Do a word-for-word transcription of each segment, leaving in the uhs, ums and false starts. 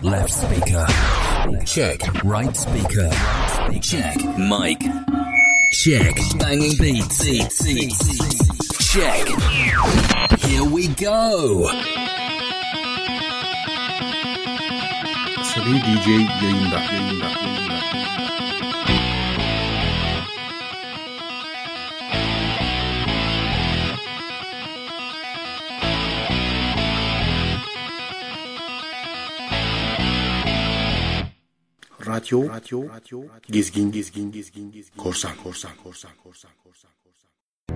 Left speaker. Check. Right speaker. Check. Mic. Check. Banging beats. Check. Here we go. Asabi D J yayında. Yayında. Yayında. Radyo, radyo, radyo, gezgin, gezgin, gezgin, gezgin, korsan, korsan, korsan, korsan, korsan, korsan.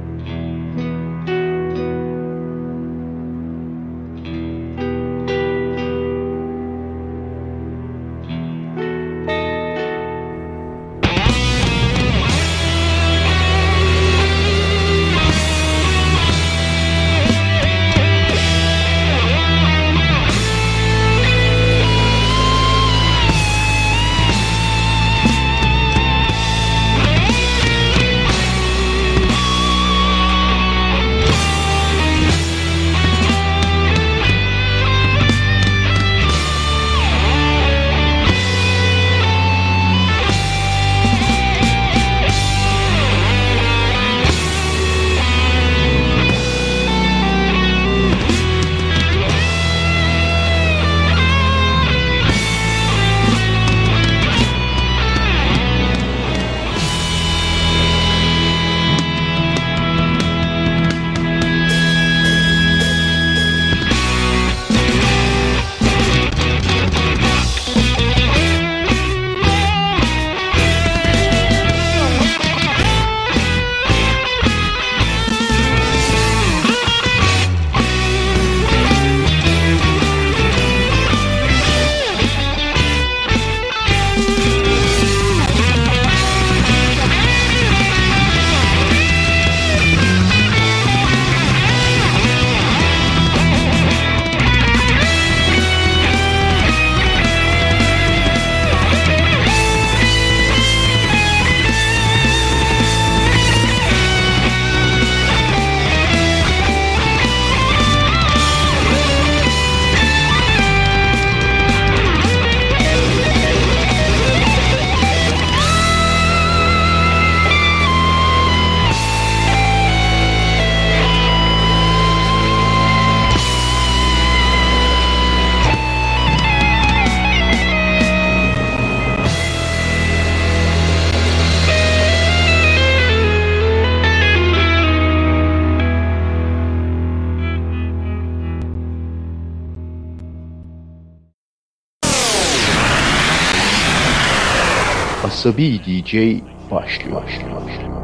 Asabi D J başlıyor. başlıyor, başlıyor.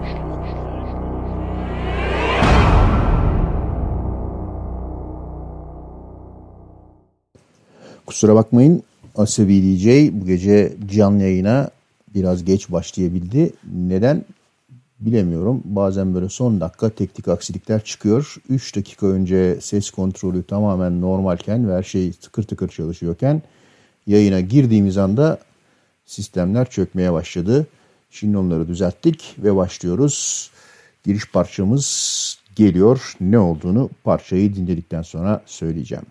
Kusura bakmayın, Asabi D J bu gece canlı yayına biraz geç başlayabildi. Neden? Bilemiyorum. Bazen böyle son dakika teknik aksilikler çıkıyor. üç dakika önce ses kontrolü tamamen normalken ve her şey tıkır tıkır çalışıyorken yayına girdiğimiz anda sistemler çökmeye başladı. Şimdi onları düzelttik ve başlıyoruz. Giriş parçamız geliyor. Ne olduğunu parçayı dinledikten sonra söyleyeceğim.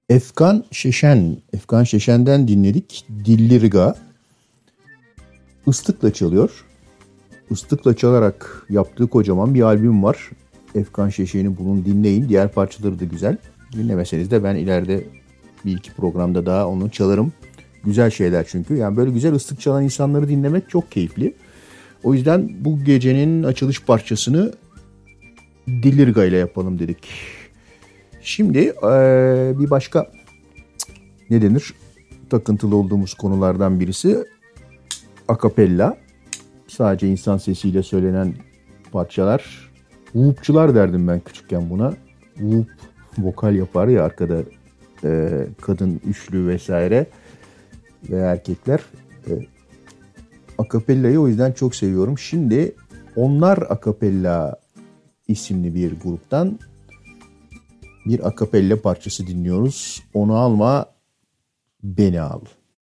Efkan Şeşen, Efkan Şeşen'den dinledik. Dillirga. Islıkla çalıyor. Islıkla çalarak yaptığı kocaman bir albüm var. Efkan Şeşen'i bulun, dinleyin. Diğer parçaları da güzel. Dinlemeseniz de ben ileride bir iki programda daha onu çalarım. Güzel şeyler çünkü. Yani böyle güzel ıslık çalan insanları dinlemek çok keyifli. O yüzden bu gecenin açılış parçasını Dillirga ile yapalım dedik. Şimdi ee, bir başka ne denir? Takıntılı olduğumuz konulardan birisi akapella. Sadece insan sesiyle söylenen parçalar. Whoopçular derdim ben küçükken buna. Whoop vokal yapar ya arkada e, kadın üçlü vesaire ve erkekler. E, akapellayı o yüzden çok seviyorum. Şimdi Onlar Akapella isimli bir gruptan bir akapella parçası dinliyoruz. Onu alma, beni al.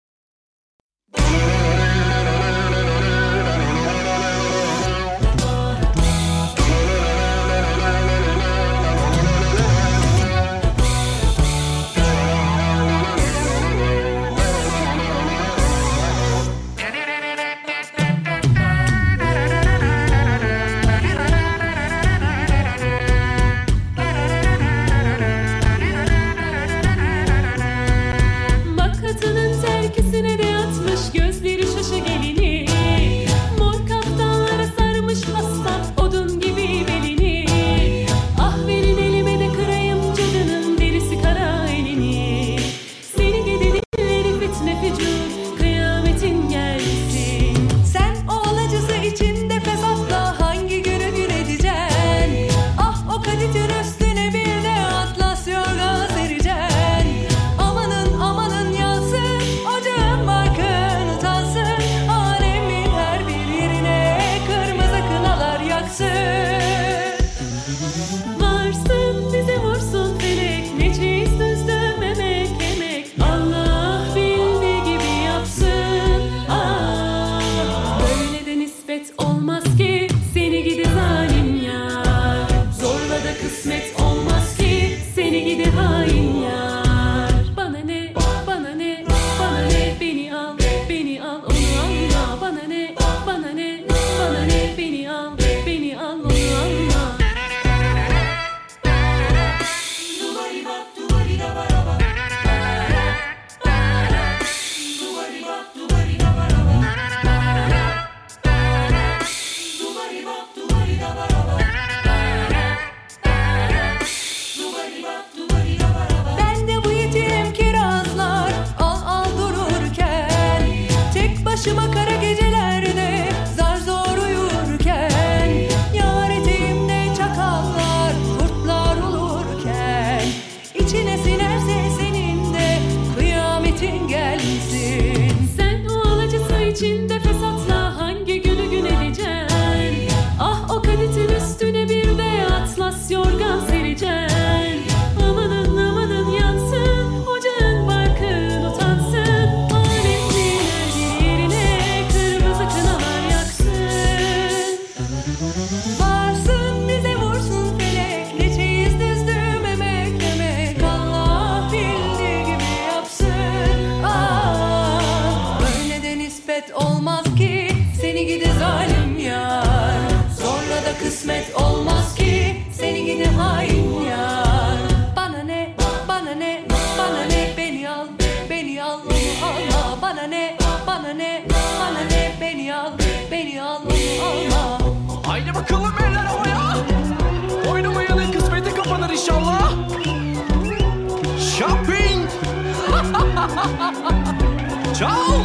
Çal!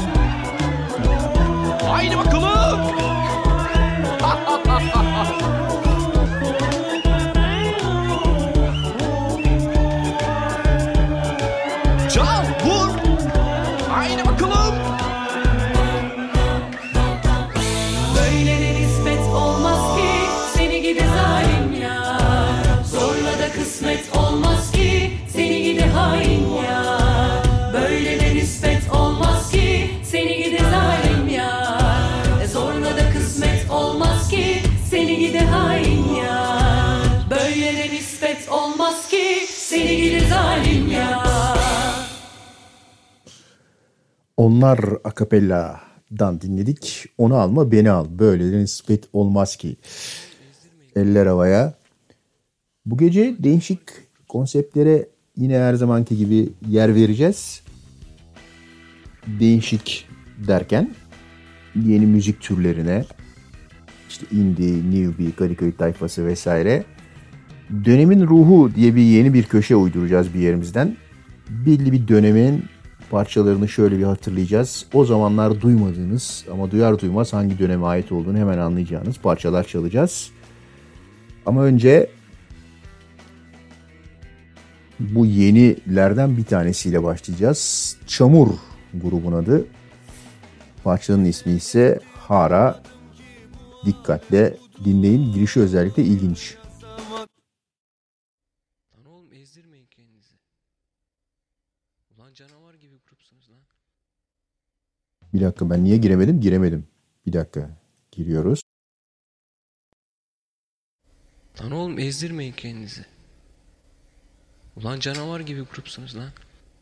Haydi bakalım! Çal, vur! Haydi bakalım! Böyle de nispet olmaz ki seni gidi zalim ya. Zorla da kısmet olmaz ki seni gidi hain ya. Böyle de nispet olmaz ki seni gidi zalim ya. Zorla da Onlar Acapella'dan dinledik. Onu alma beni al. Böyle de nispet olmaz ki. Eller havaya. Bu gece değişik konseptlere yine her zamanki gibi yer vereceğiz. Değişik derken yeni müzik türlerine, işte indie, newbie, Kadıköy tayfası vesaire. Dönemin ruhu diye bir yeni bir köşe uyduracağız bir yerimizden. Belli bir dönemin parçalarını şöyle bir hatırlayacağız. O zamanlar duymadığınız ama duyar duymaz hangi döneme ait olduğunu hemen anlayacağınız parçalar çalacağız. Ama önce bu yenilerden bir tanesiyle başlayacağız. Çamur grubun adı. Parçanın ismi ise Hara. Dikkatle dinleyin. Girişi özellikle ilginç. Lan oğlum ezdirmeyin kendinizi. Ulan canavar gibi grupsunuz lan. Bir dakika, ben niye giremedim? Giremedim. Bir dakika. Giriyoruz. Lan oğlum ezdirmeyin kendinizi. Ulan canavar gibi grupsunuz lan.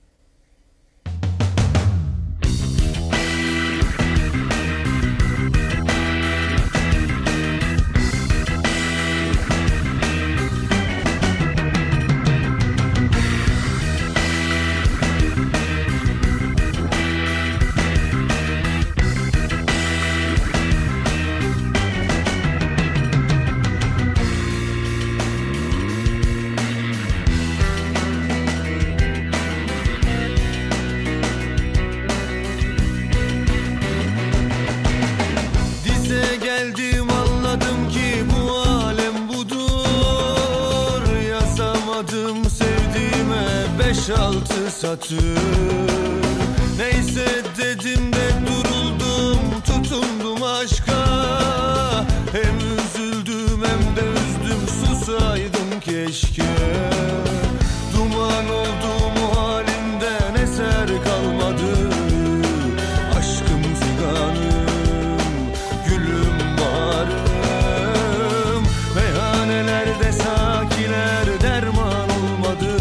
Altı satır. Neyse dedim de duruldum, tutundum aşka. Hem üzüldüm hem de üzdüm, susaydım keşke. Duman oldum halimden eser kalmadı. Aşkım figanım, gülüm bağrım. Meyhanelerde sakiler derman olmadı.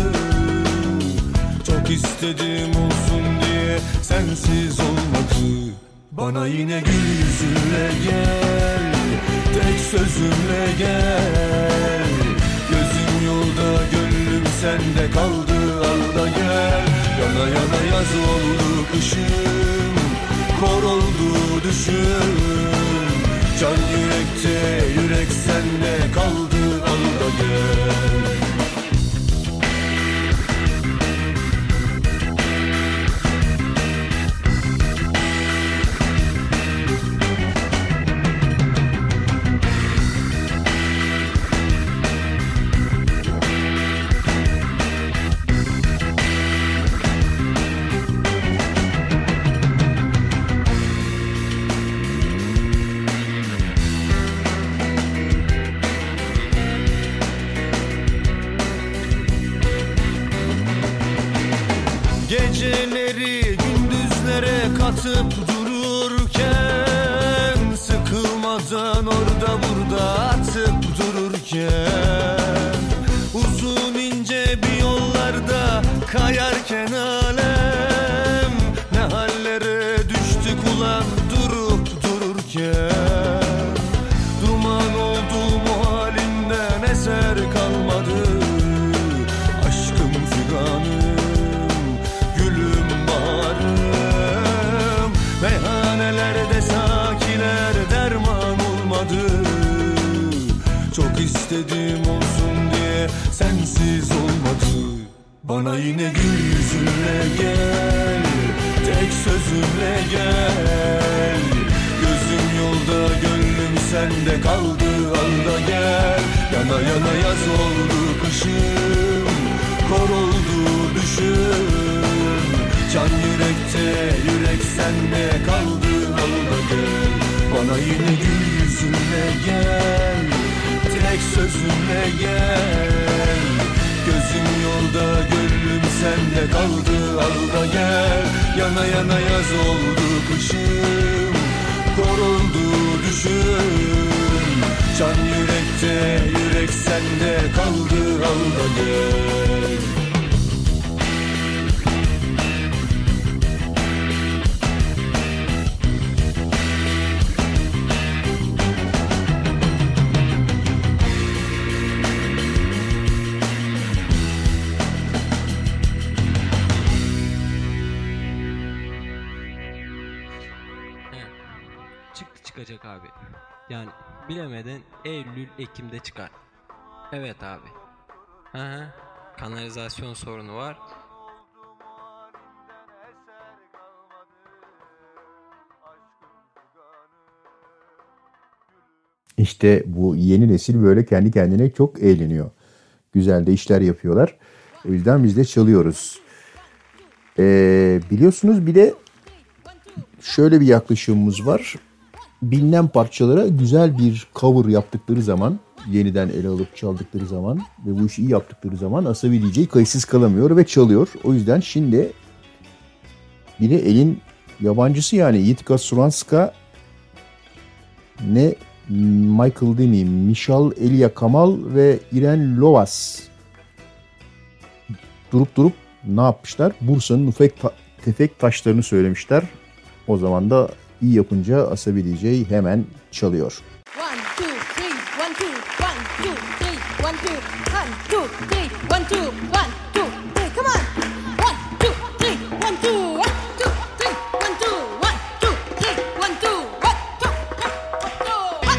İstedim olsun diye sensiz olmadı. Bana yine gül yüzünle gel, tek sözümle gel. Gözüm yolda, gönlüm sende kaldı, al da gel. Yana yana yaz oldu kışım, kor oldu düşüm. Can yürekte, yürek sende kaldı, al da gel. Geceleri gündüzlere katıp dururken, sıkılmadan orada burada atıp dururken, uzun ince bir yollarda kayarken alem, ne hallere düştük ulan durup dururken. Duman oldum o halimden eser kalmadı. Aşkım figanım, meyhanelerde sakiler derman olmadı. Çok istedim olsun diye sensiz olmadı. Bana yine gül yüzünle gel, tek sözümle gel. Gözüm yolda, gönlüm sende kaldı, al da gel. Yana yana yaz oldu kışım, kor oldu düşüm. Can yürekte, yürek sende kaldı, al da gel. Bana yine gül yüzünle gel, tek sözümle gel. Gözüm yolda, gönlüm sende kaldı, al da gel. Yana yana yaz oldu kışım, kor oldu düşüm. Can yürekte, yürek sende kaldı, al da gel. çıkacak abi. Yani bilemeden Eylül Ekim'de çıkar. Evet abi. Hı hı. Kanalizasyon sorunu var. İşte bu yeni nesil böyle kendi kendine çok eğleniyor. Güzel de işler yapıyorlar. O yüzden biz de çalıyoruz. Ee, biliyorsunuz bir de şöyle bir yaklaşımımız var. Bilinen parçalara güzel bir cover yaptıkları zaman, yeniden ele alıp çaldıkları zaman ve bu işi iyi yaptıkları zaman Asabi D J kayıtsız kalamıyor ve çalıyor. O yüzden şimdi bir de elin yabancısı yani Yitka Suranska ne Michael Demi, Michal Elia Kamal ve Irene Lovas durup durup ne yapmışlar? Bursa'nın ufak ta- tefek taşlarını söylemişler. O zaman da iyi yapınca Asabi D J hemen çalıyor. One, two, three, one, two, one, two, three, one, two, one, two, three, one, two, one, two, three, come on! One, two, three, one, two, one, two, three, one, two, one, two, three, one, two, one, two, one, two, one,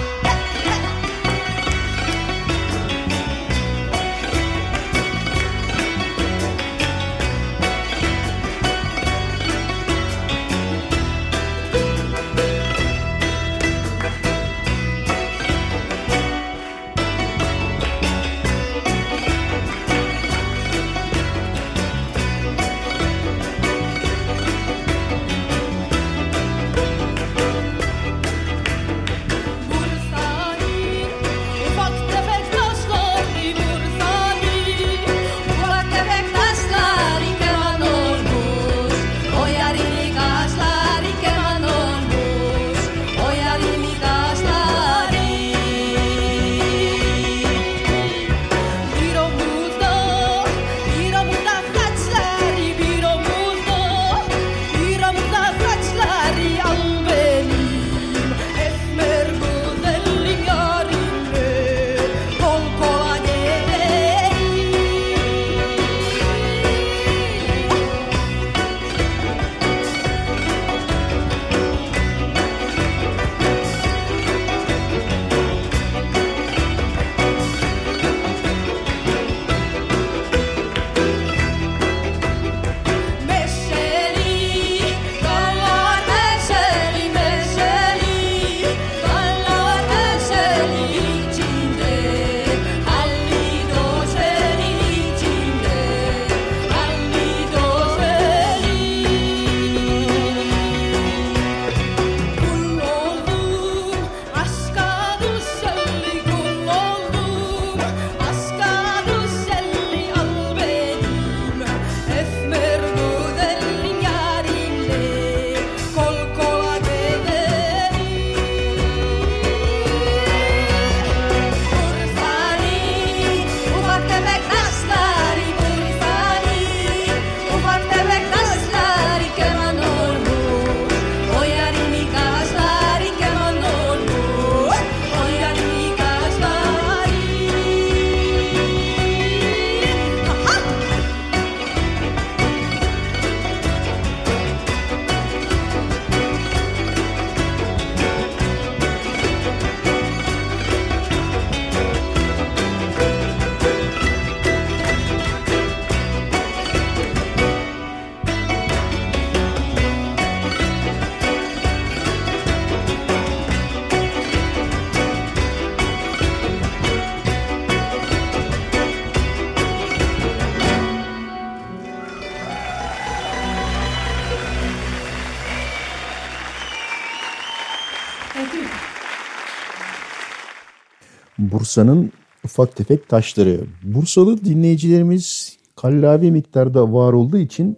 Bursa'nın ufak tefek taşları. Bursalı dinleyicilerimiz kallavi miktarda var olduğu için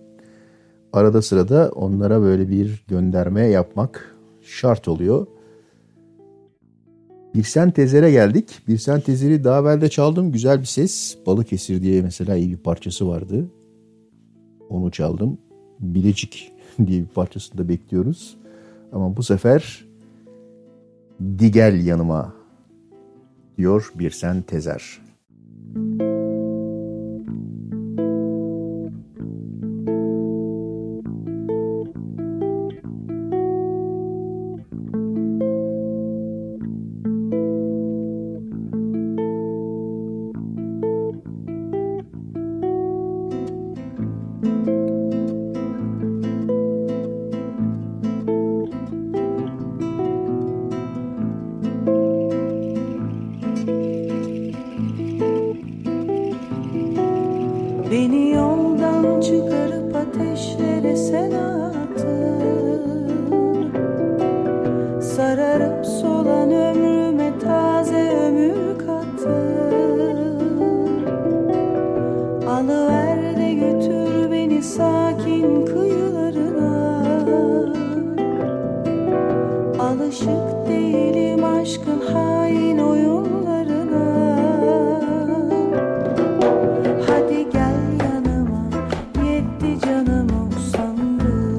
arada sırada onlara böyle bir gönderme yapmak şart oluyor. Birsen Tezer'e geldik. Birsen Tezer'i daha evvel de çaldım. Güzel bir ses. Balıkesir diye mesela iyi bir parçası vardı. Onu çaldım. Bilecik diye bir parçasını da bekliyoruz. Ama bu sefer Di Gel Yanıma diyor Birsen Tezer. aşkın hain oyunlarına. Hadi gel yanıma, yetti canıma usandım.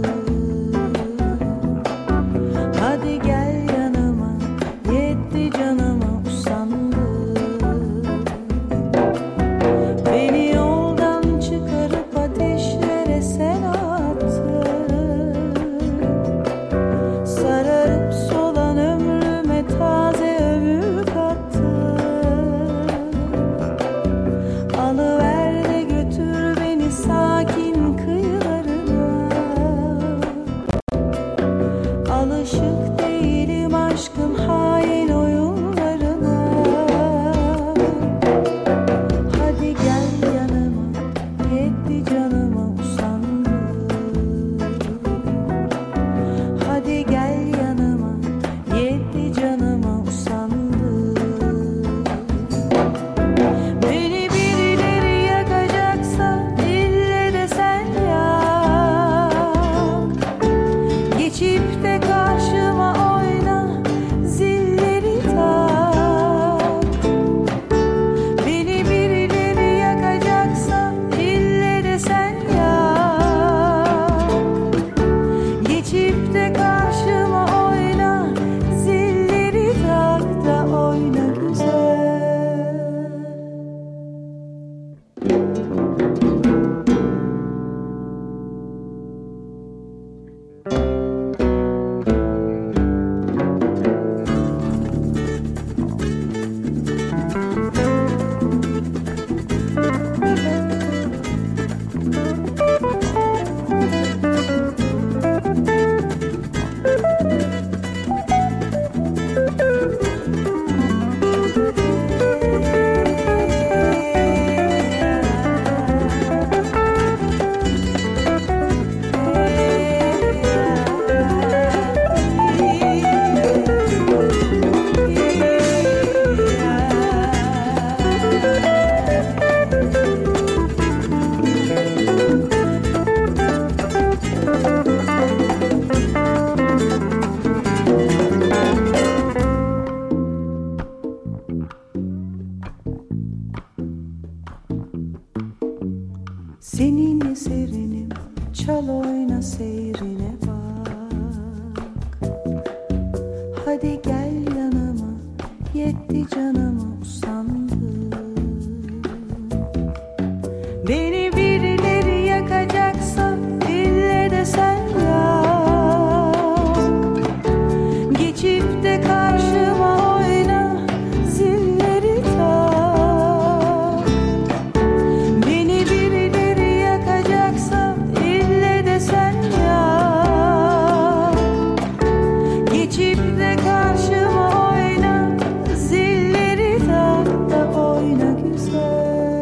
Hadi gel yanıma, yetti canıma usandım. Beni yoldan çıkarıp ateşlere sen attın. Sararıp solan ömrüme taze ömür kattın. Alıver de götür beni sakin kıyılarına. Alışık değilim aşkın hain oyunlarına. Hadi gel yanıma, yetti canıma usandım. Hadi gel yanıma, yetti canıma usandım. Beni birileri yakacaksa ille de sen yak. Geçip de karşıma oyna, zilleri tak. Beni birileri yakacaksa ille de sen yak. Geçip de karşıma oyna, zilleri tak da oyna güzel. Senin eserinim, çal oyna seyrine bak. Hadi gel yanıma, yetti canıma usandım. Beni birileri yakacaksa ille de sen yak. Geçip de karşıma oyna, zilleri tak. Beni birileri yakacaksa ille de sen yak. Geçip de karşıma oyna, zilleri tak da oyna güzel.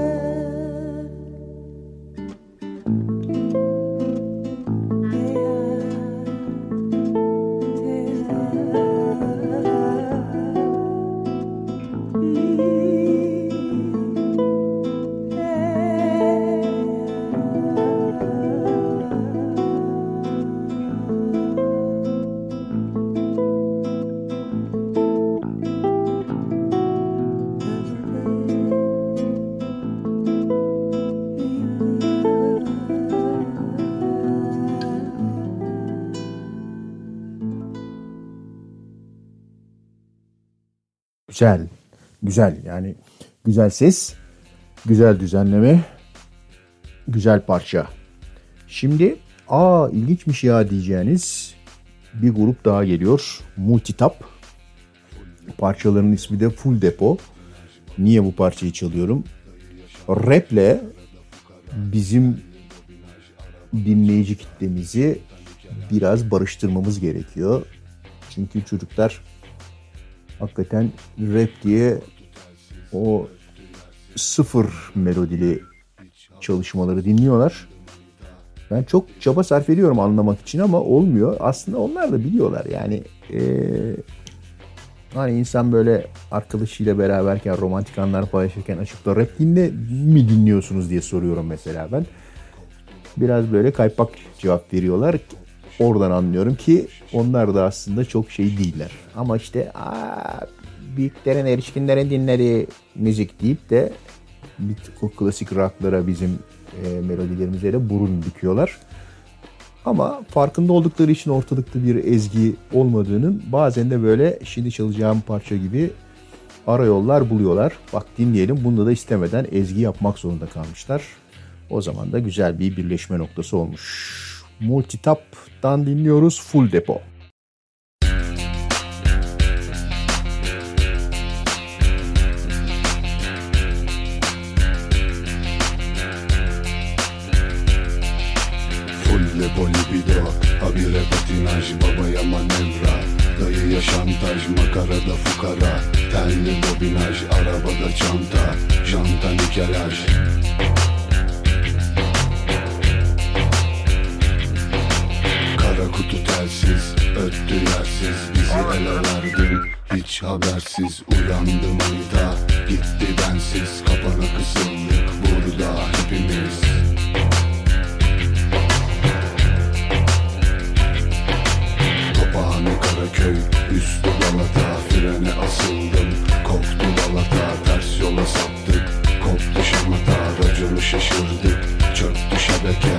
Güzel, güzel yani güzel ses, güzel düzenleme, güzel parça. Şimdi aa ilginçmiş ya diyeceğiniz bir grup daha geliyor. Multitap. Parçaların ismi de Full Depo. Niye bu parçayı çalıyorum? Rap'le bizim dinleyici kitlemizi biraz barıştırmamız gerekiyor. Çünkü çocuklar hakikaten rap diye o sıfır melodili çalışmaları dinliyorlar. Ben çok çaba sarf ediyorum anlamak için ama olmuyor. Aslında onlar da biliyorlar yani. Ee, hani insan böyle arkadaşıyla beraberken romantik anlar paylaşırken açıp da rap dinle mi dinliyorsunuz diye soruyorum mesela ben. Biraz böyle kaypak cevap veriyorlar. Oradan anlıyorum ki onlar da aslında çok şey değiller. Ama işte aa, büyüklerin, erişkinlerin dinlediği müzik deyip de bir o klasik rocklara bizim e, melodilerimize de burun büküyorlar. Ama farkında oldukları için ortalıkta bir ezgi olmadığının bazen de böyle şimdi çalacağım parça gibi arayollar buluyorlar. Bak dinleyelim, bunda da istemeden ezgi yapmak zorunda kalmışlar. O zaman da güzel bir birleşme noktası olmuş. Multitap'tan dinliyoruz Full Depo. Depo libido, habire patinaj, babaya manevra. Dayıya şantaj, makarada fukara. Telli bobinaj, arabada çanta. Janta nikelaj. Kara kutu telsiz, öttü yersiz. Bizi ele verdin, hiç habersiz. Uyandım ayda, gitti bensiz. Kapana kısıldık burada hepimiz. Tophane Karaköy, üstü Galata. Frene asıldım, koptu balata. Ters yola saptık, koptu şamata. Raconu şaşırdık, çöktü şebeke.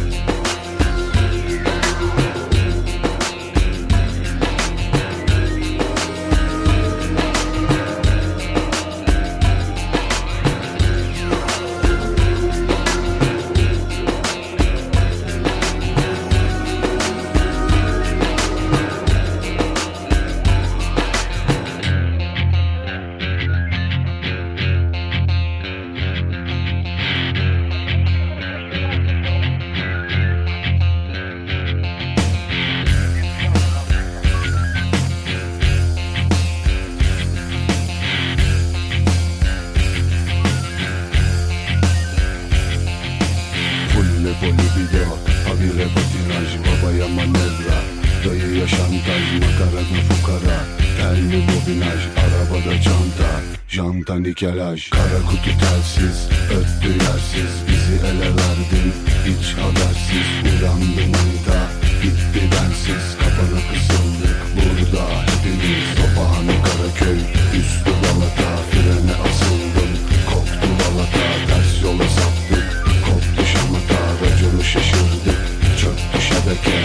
Nikelaj. Kara kutu telsiz, öttü yersiz. Bizi ele verdin, hiç habersiz. Uyandım ayda, gitti bensiz. Kapana kısıldık burada hepimiz. Tophane Karaköy, üstü Galata. Frene asıldım, koptu balata. Ters yola saptık, koptu şamata. Raconu şaşırdık, çöktü şebeke.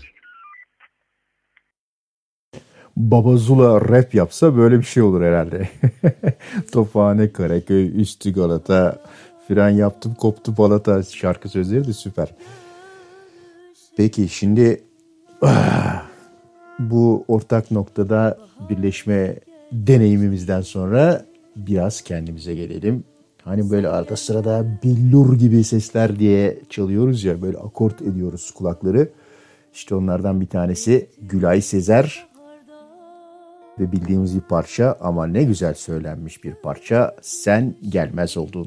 Baba Zula rap yapsa böyle bir şey olur herhalde. Tophane Karaköy, üstü Galata, fren yaptım koptu balata, şarkı sözleri de süper. Peki şimdi bu ortak noktada birleşme deneyimimizden sonra biraz kendimize gelelim. Hani böyle arada sırada billur gibi sesler diye çalıyoruz ya, böyle akort ediyoruz kulakları. İşte onlardan bir tanesi Gülay Sezer. Ve bildiğimiz bir parça ama ne güzel söylenmiş bir parça. Sen gelmez oldun.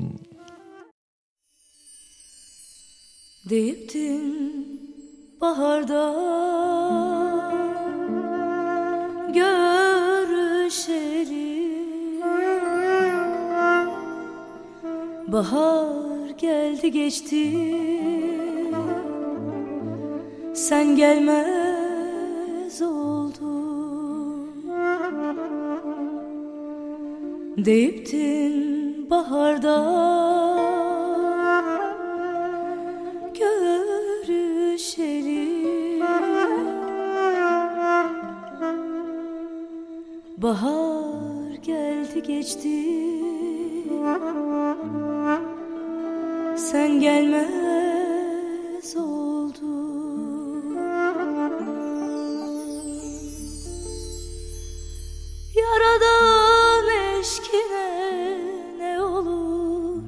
Deyiptin baharda görüşelim. Bahar geldi geçti, sen gelmez oldun. Deyiptin baharda görüşelim. Bahar geldi geçti, sen gelmez oldun. Yaradan eşkine ne olur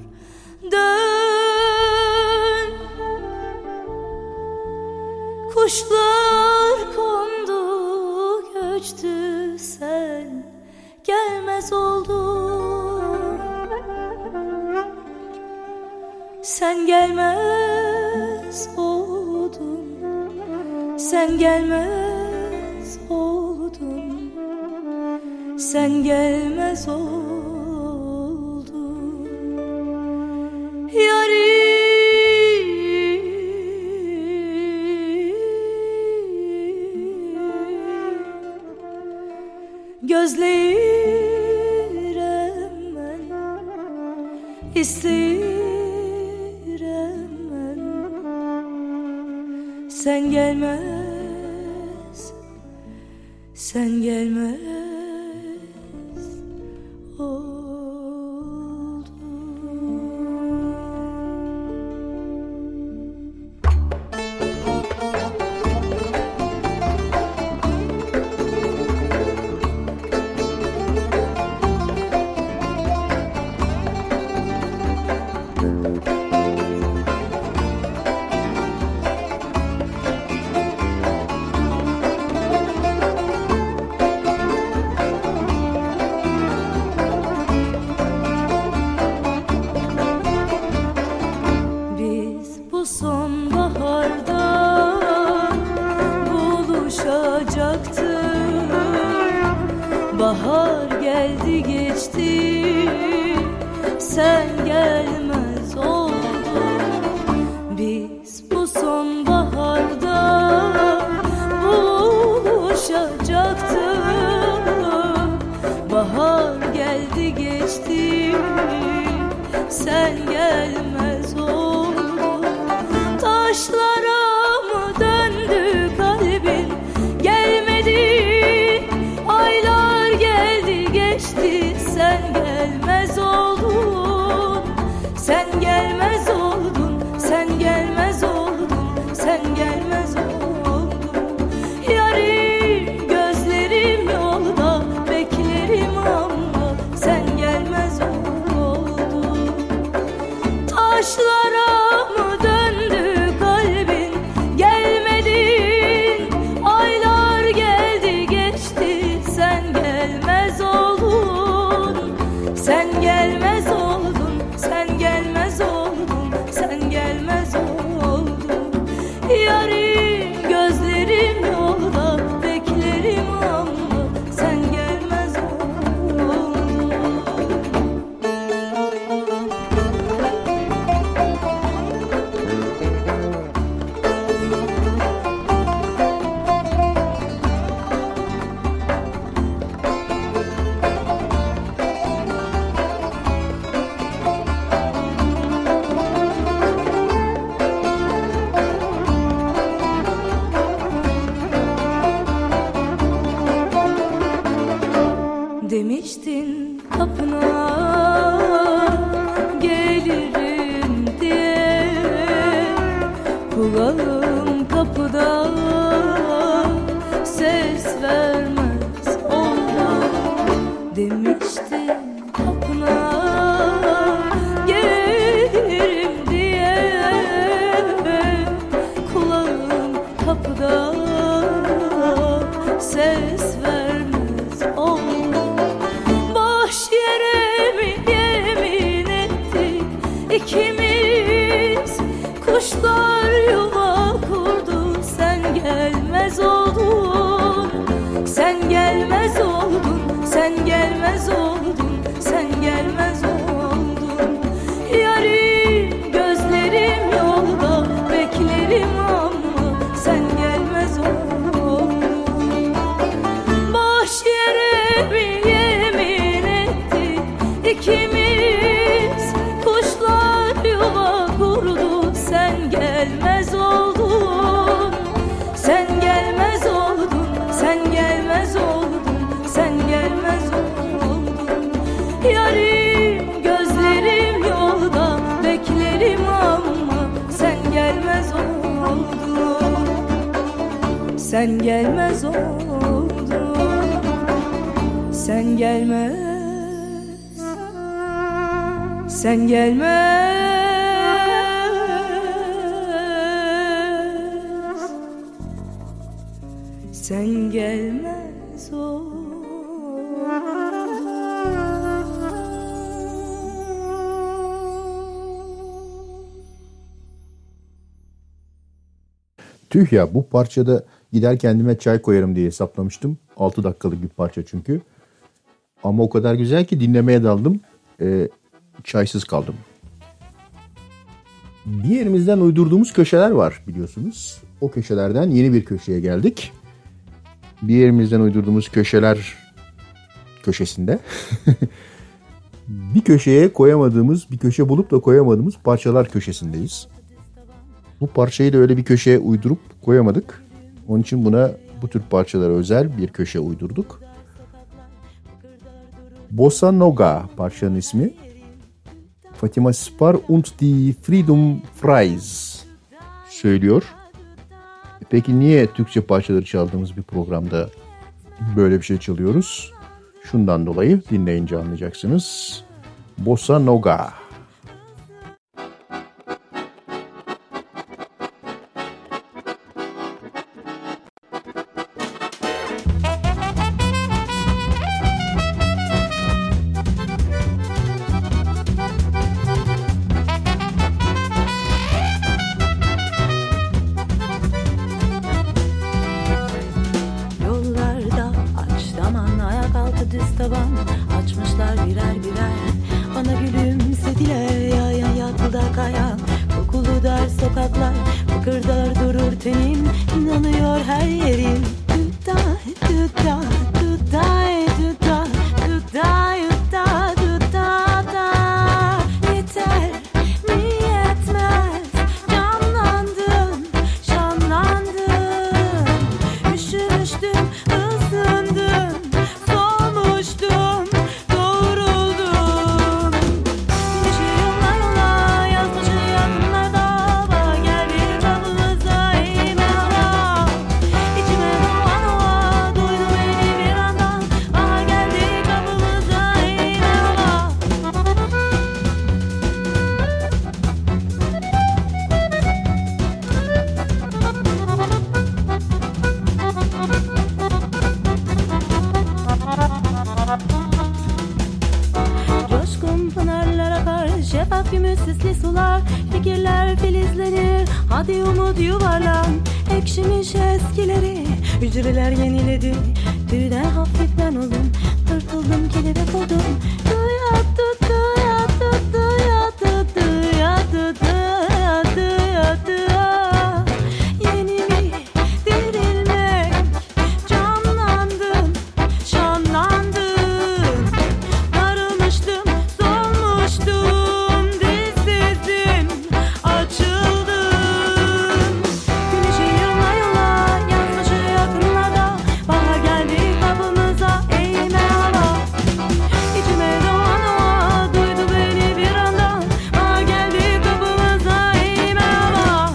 dön. Kuşlar kondu göçtü, sen gelmez oldun. Sen gelmez oldun, sen gelmez oldun, sen gelmez oldun. Yarim, gözlerim İsteyirəm mən. Sen gelmez, sen gelmez bahar geldi geçti, sen gelmez oldun. Biz bu sonbaharda buluşacaktık. Bahar geldi geçti, sen gelmez oldun. Taşlara mı döndü kalbin, gelmedin. Aylar geldi geçti, sen gelmez oldun. Sen gelmez oldun, sen gelmez oldun, sen gelmez oldun. Yarim gözlerim yolda, beklerim ama sen gelmez oldun. Taşlara mı döndü kalbin, gelmedin. Aylar geldi geçti, sen gelmez oldun. Sen gelmez oldun, sen gelmez oldun, sen gelmez oldun. Yarim gözlerim yolda, beklerim ama sen gelmez oldun. Demiştin kapına gelirim diye, kulağım kapıda ses vermez oldu. Demiştin kapına gelirim diye, kulağım kapıda ses vermez oldu. Boş yere mi yemin ettik ikimiz, kuşlar yuva kurdu, sen gelmez oldun. Sen gelmez oldun, sen gelmez oldun, sen gelmez oldun. Yarim gözlerim yolda, beklerim ama sen gelmez oldun. Boş yere mi yemin ettik ikimiz, kuşlar yuva kurdu, sen gelmez oldun. Sen gelmez oldun, sen gelmez oldun, sen gelmez oldun. Yarim gözlerim yolda, beklerim ama sen gelmez oldun. Sen gelmez oldun, sen gelmez, sen gelmez, sen gelmez oldun. Tüh ya, bu parçada gider kendime çay koyarım diye hesaplamıştım. altı dakikalık bir parça çünkü. Ama o kadar güzel ki dinlemeye daldım. Ee, çaysız kaldım. Bir yerimizden uydurduğumuz köşeler var biliyorsunuz. O köşelerden yeni bir köşeye geldik. Bir yerimizden uydurduğumuz köşeler köşesinde bir köşeye koyamadığımız, bir köşe bulup da koyamadığımız parçalar köşesindeyiz. Bu parçayı da öyle bir köşeye uydurup koyamadık. Onun için buna bu tür parçalara özel bir köşe uydurduk. Bossa Nova parçanın ismi. Fatima Spar und die Freedom Fries söylüyor. Peki niye Türkçe parçaları çaldığımız bir programda böyle bir şey çalıyoruz? Şundan dolayı, dinleyince anlayacaksınız. Bossa Nova. Hücreler yeniledi, tüyden hafif ben oldum, tırtıldım kelebek oldum. Duya tut duya tut duya tut duya tut duya duya duya. Yeni mi dirilmek, canlandım, şanlandım. Darılmıştım, solmuştum, dizsizdim, açıldım. Güneşi yola yola yaklaşıyor. Bahar geldi kapımıza, eğme hava. İçime doğan hava duydu beni bir anda. Bahar geldi kapımıza, eğme hava.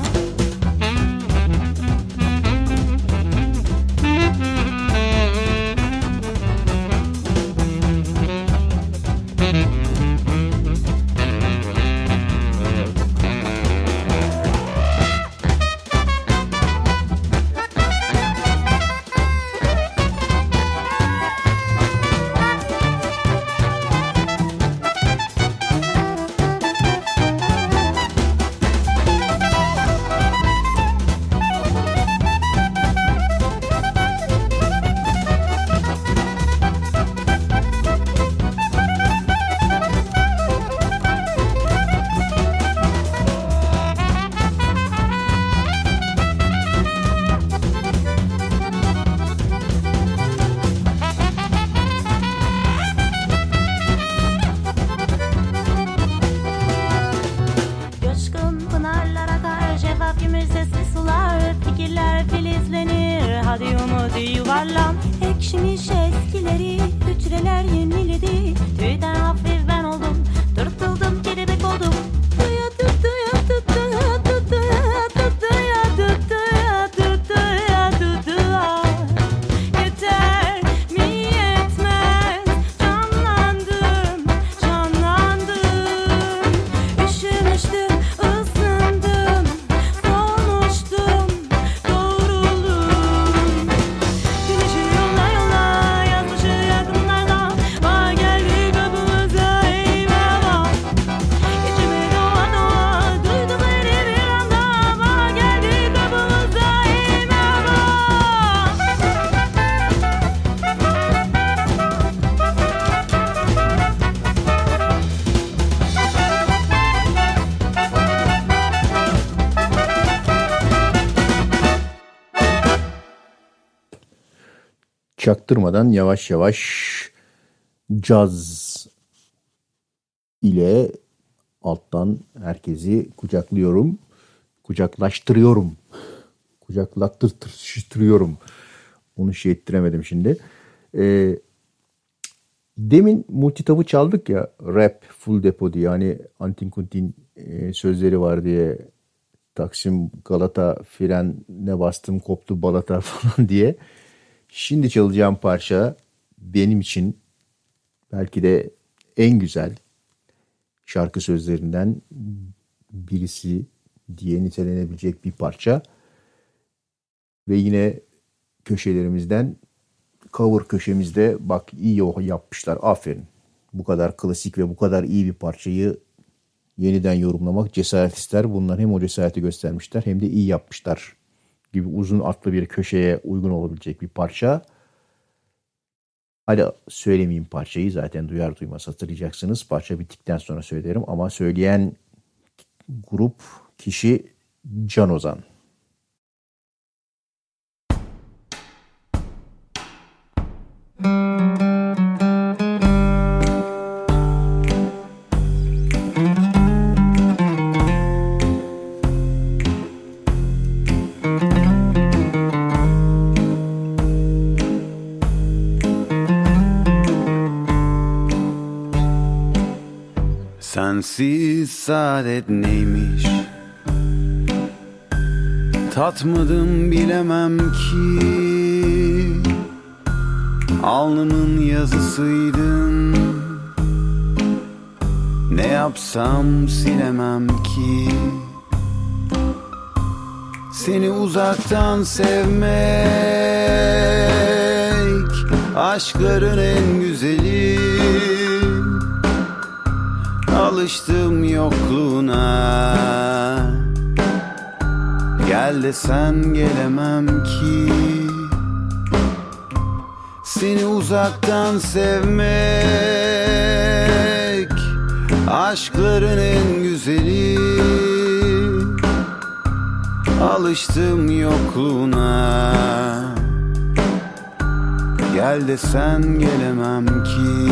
Coşkun pınarlar akar, şeffaf gümüş sesli sular. Fikirler filizlenir, hadi umudu yuvarlan. Ekşimiş eskileri, hücreler yeniledi. Tüyden hafif ben oldum, tırtıldım kelebek oldum. Duya tut duya tut duya tut duya tut duya tut duya tut duya tut duya. Yeter mi yetmez, canlandım, canlandım. Üşümüştüm, ısındım, solmuştum, doğruldum. Güneşi yola yola yazmışı yakınlarda. Bahar geldi kapımıza, eğme hava. İçime doğa doğa duydu beni bir anda. Bahar geldi kapımıza, eğme hava. Çaktırmadan yavaş yavaş caz ile alttan herkesi kucaklıyorum. Kucaklaştırıyorum. Kucaklattırtırıyorum. Onu şey ettiremedim şimdi. Ee, demin multitabı çaldık ya. Rap full depo diye. Hani Antin Kuntin e, sözleri var diye. Taksim Galata frene bastım koptu balata falan diye. Şimdi çalacağım parça benim için belki de en güzel şarkı sözlerinden birisi diye nitelenebilecek bir parça. Ve yine köşelerimizden cover köşemizde bak iyi yapmışlar, aferin. Bu kadar klasik ve bu kadar iyi bir parçayı yeniden yorumlamak cesaret ister. Bunlar hem o cesareti göstermişler hem de iyi yapmışlar gibi uzun atlı bir köşeye uygun olabilecek bir parça. Hadi söylemeyeyim parçayı, zaten duyar duymaz hatırlayacaksınız. Parça bittikten sonra söylerim ama söyleyen grup, kişi Can Ozan. Sensiz saadet neymiş, tatmadım bilemem ki. Alnımın yazısıydın, ne yapsam silemem ki. Seni uzaktan sevmek, aşkların en güzeli. Alıştım yokluğuna, gel desen gelemem ki. Seni uzaktan sevmek, aşkların en güzeli. Alıştım yokluğuna, gel desen gelemem ki.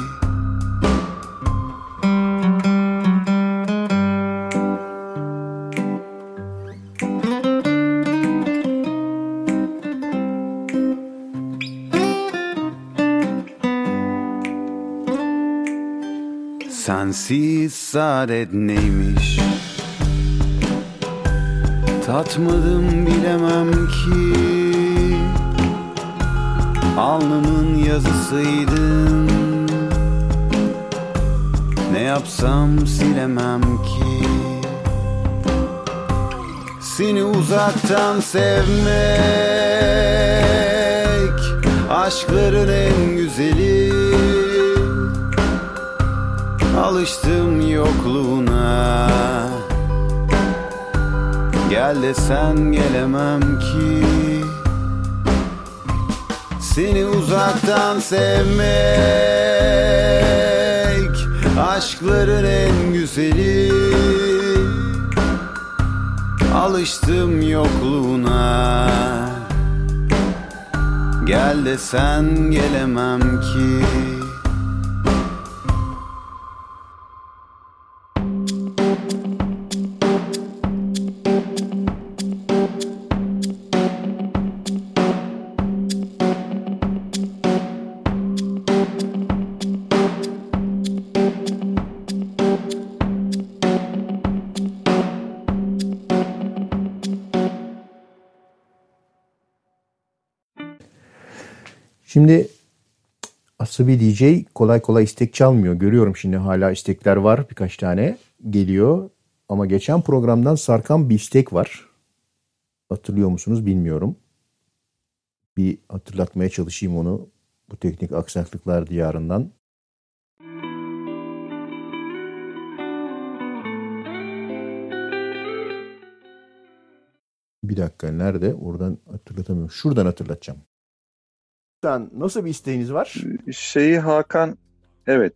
Sensiz saadet neymiş, tatmadım bilemem ki. Alnımın yazısıydın, ne yapsam silemem ki. Seni uzaktan sevmek, aşkların en güzeli. Alıştım yokluğuna, gel desen gelemem ki. Seni uzaktan sevmek, aşkların en güzeli. Alıştım yokluğuna, gel desen gelemem ki. Şimdi Asabi D J kolay kolay istek çalmıyor. Görüyorum şimdi hala istekler var, birkaç tane geliyor. Ama geçen programdan sarkan bir istek var. Hatırlıyor musunuz bilmiyorum. Bir hatırlatmaya çalışayım onu bu teknik aksaklıklar diyarından. Bir dakika, nerede? Oradan hatırlatamıyorum. Şuradan hatırlatacağım. Nasıl bir isteğiniz var? Şeyi Hakan, evet.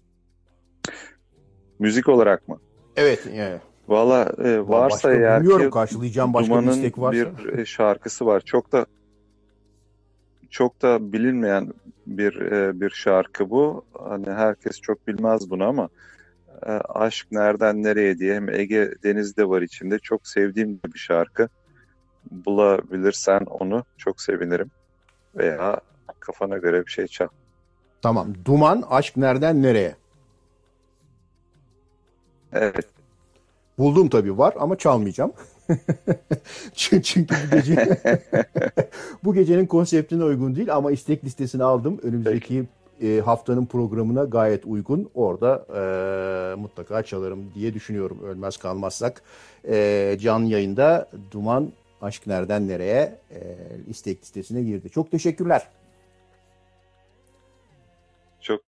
Müzik olarak mı? Evet. Yani. Valla e, varsa eğer ki karşılayacağım başka Duman'ın bir istek varsa. bir şarkısı var. Çok da çok da bilinmeyen bir e, bir şarkı bu. Hani herkes çok bilmez bunu ama e, Aşk Nereden Nereye diye, hem Ege Denizi de var içinde. Çok sevdiğim bir şarkı. Bulabilirsen onu çok sevinirim. Veya kafana göre bir şey çal. Tamam. Duman, Aşk Nereden Nereye? Evet. Buldum tabii, var ama çalmayacağım. Çünkü bu gece bu gecenin konseptine uygun değil ama istek listesini aldım. Önümüzdeki e, haftanın programına gayet uygun. Orada e, mutlaka çalarım diye düşünüyorum. Ölmez kalmazsak. E, canlı yayında Duman, Aşk Nereden Nereye e, istek listesine girdi. Çok teşekkürler. Çok.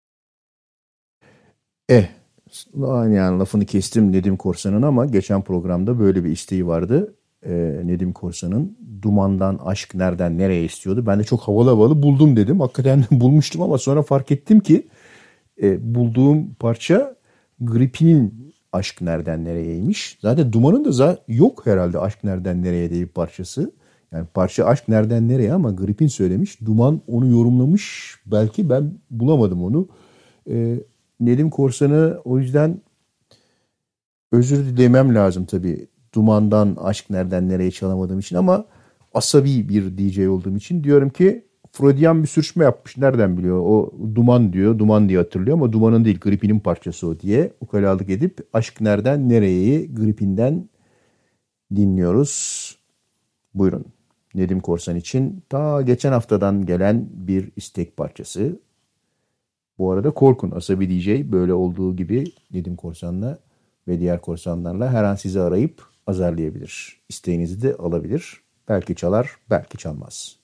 Eh. Yani lafını kestim Nedim Korsan'ın ama geçen programda böyle bir isteği vardı. Ee, Nedim Korsan'ın Duman'dan Aşk Nereden Nereye istiyordu. Ben de çok havalı havalı buldum dedim. Hakikaten bulmuştum ama sonra fark ettim ki e, bulduğum parça Gripin'in Aşk Nereden Nereye'ymiş. Zaten Duman'ın da za- yok herhalde Aşk Nereden Nereye diye bir parçası. Yani parça Aşk Nereden Nereye ama Gripin söylemiş. Duman onu yorumlamış. Belki ben bulamadım onu. Ee, Nedim Korsan'ı o yüzden özür dilemem lazım tabii. Duman'dan Aşk Nereden Nereye çalamadığım için ama asabi bir D J olduğum için diyorum ki Freudian bir sürçme yapmış. Nereden biliyor? O Duman diyor. Duman diye hatırlıyor ama Duman'ın değil, Gripin'in parçası o diye ukalalık edip Aşk Nereden Nereye'yi Gripin'den dinliyoruz. Buyurun. Nedim Korsan için ta geçen haftadan gelen bir istek parçası. Bu arada korkun, asabi D J böyle olduğu gibi Nedim Korsan'la ve diğer korsanlarla her an sizi arayıp azarlayabilir. İsteğinizi de alabilir. Belki çalar, belki çalmaz.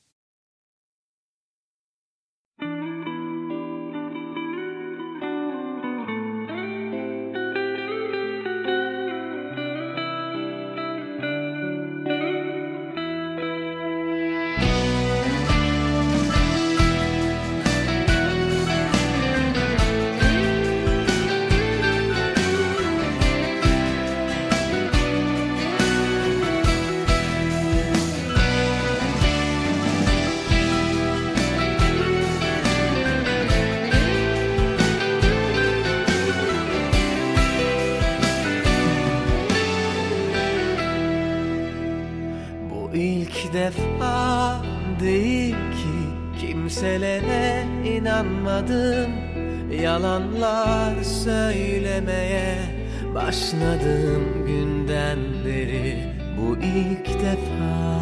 Defa değil ki kimselere inanmadım, yalanlar söylemeye başladım günden beri. Bu ilk defa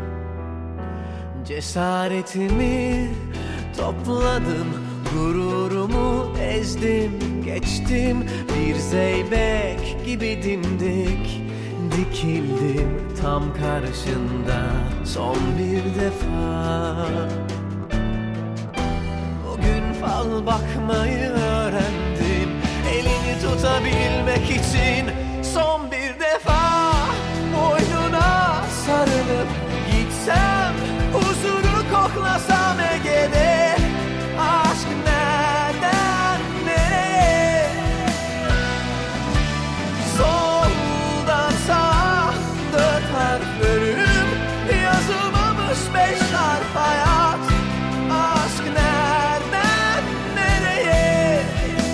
cesaretimi topladım, gururumu ezdim geçtim, bir zeybek gibi dimdik dikildim tam karşında son bir defa. Bugün fal bakmayı öğrendim, elini tutabilmek için son bir defa boynuna sarılıp gitsem, huzuru koklasam Ege'de. Aşk nereden nereye? Soldan sağa dört harf ölüm, yazılmamış beş harf hayat. Aşk nereden nereye?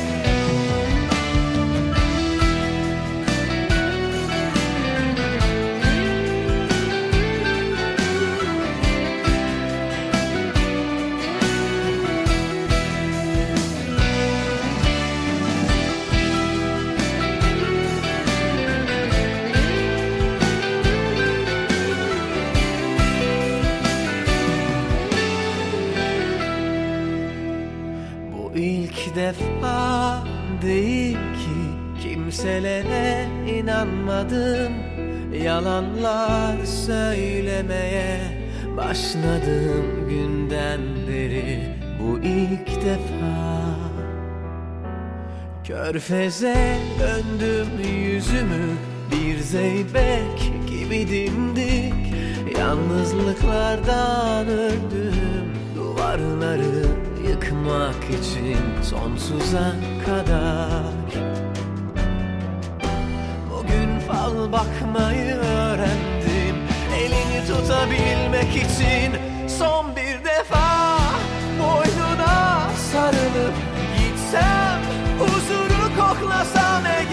İlk defa değil ki kimselere inanmadım, yalanlar söylemeye başladım günden beri. Bu ilk defa Körfeze döndüm yüzümü, bir zeybek gibi dimdik, yalnızlıklardan öldüm, duvarları yıkmak için sonsuza kadar. Bugün fal bakmayı öğrendim, elini tutabilmek için son bir defa boynuna sarılıp gitsem, huzuru koklasam Ege.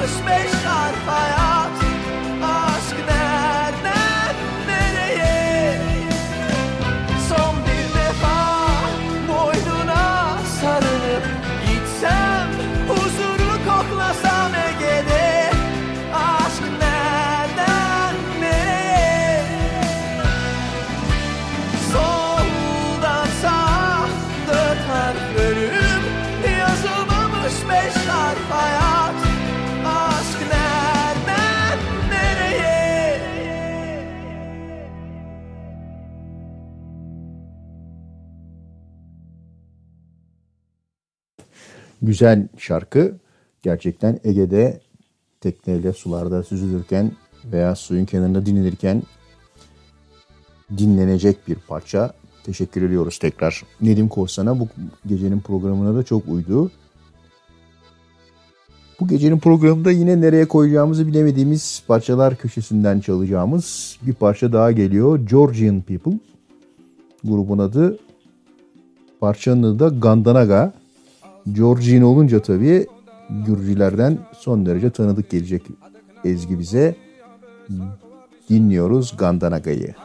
yazılmamış beş harf hayat. Aşk nereden nereye? Son bir defa boynuna sarılıp gitsem, huzuru koklasam Ege'de. Aşk nereden nereye? Soldan sağa dört harf ölüm, yazılmamış beş harf hayat. Aşk nereden nereye? Güzel şarkı. Gerçekten Ege'de tekneyle sularda süzülürken veya suyun kenarında dinlenirken dinlenecek bir parça. Teşekkür ediyoruz tekrar. Nedim Korsan'a bu gecenin programına da çok uydu. Bu gecenin programında yine nereye koyacağımızı bilemediğimiz parçalar köşesinden çalacağımız bir parça daha geliyor. Georgian People. Grubun adı, parçanın adı da Gandanaga. Georgian olunca tabii Gürcülerden son derece tanıdık gelecek ezgi bize. Dinliyoruz Gandanaga'yı.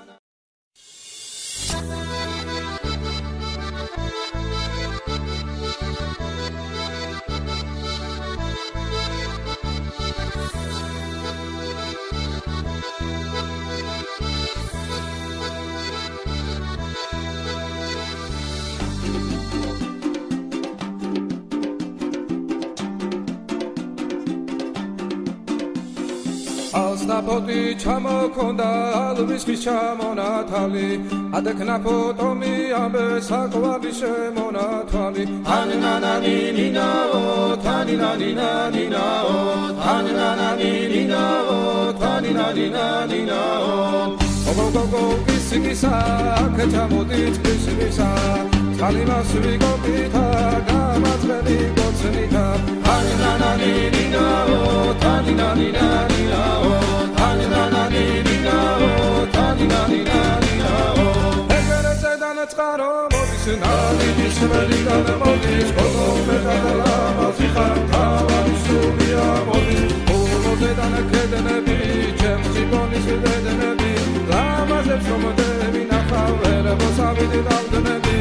Asnapoti chamokonda alviski chamonatali adeknapotomi ambe sakovabishe monatali hanana nina o tanina nina nina o hanana nina o tanina nina nina o go go go kisikisa kachamoti kisikisa salima suvigo pita gamazveni gotsenita hanana nina o tanina nina nina o hanana nina o tanina nina nina o egerese danetskaro modis nali disveli dana modis gogo metala mazikha tavalisuvia modis omoze dana kedene bi chemsi bonis vedene bi ramazet somode bi nakhavere bosavide daldene bi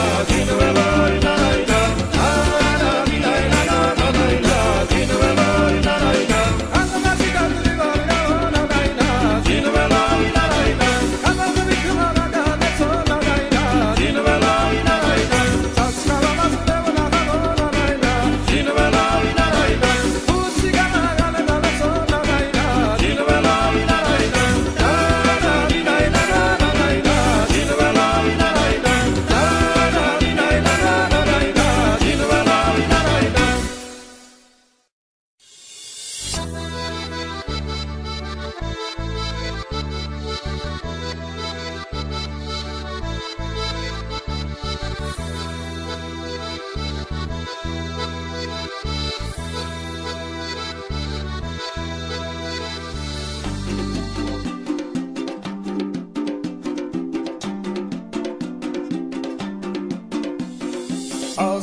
Cinderella,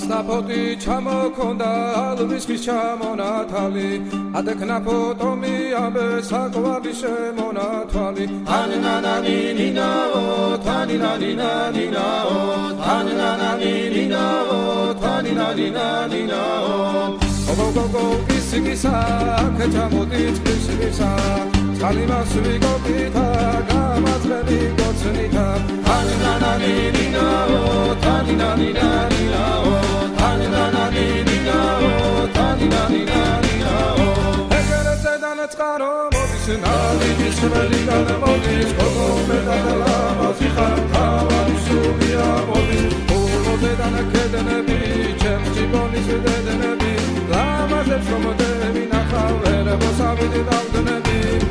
ასნაფოდი ჩამოქონდა ალვისის ჩამონათალი ადეკნაფოტომი ამბე საკვარი შემონათვალი ანანანინინაო თანინანინანინაო თანინანინინაო თანინანინანინაო ოგოგოგო ისიგისა ქეჩამოდი ისიგისა წყალიმას ვიგობითა გამაძლები გოცნითა თანინანინინაო თანინანინანინაო თანინანინინაო თანინანინანინაო ეგერეცედან წყარო მოდის ნალიდის ხმელი გადამოდის გოგომე გადალამაზი ხარ თავარი სულია მოდის ულოდედან კედნები ჩემჭიბონის დედნები ლამაზებს რომოდები ნახავ ერებოს ავიდი დავდნები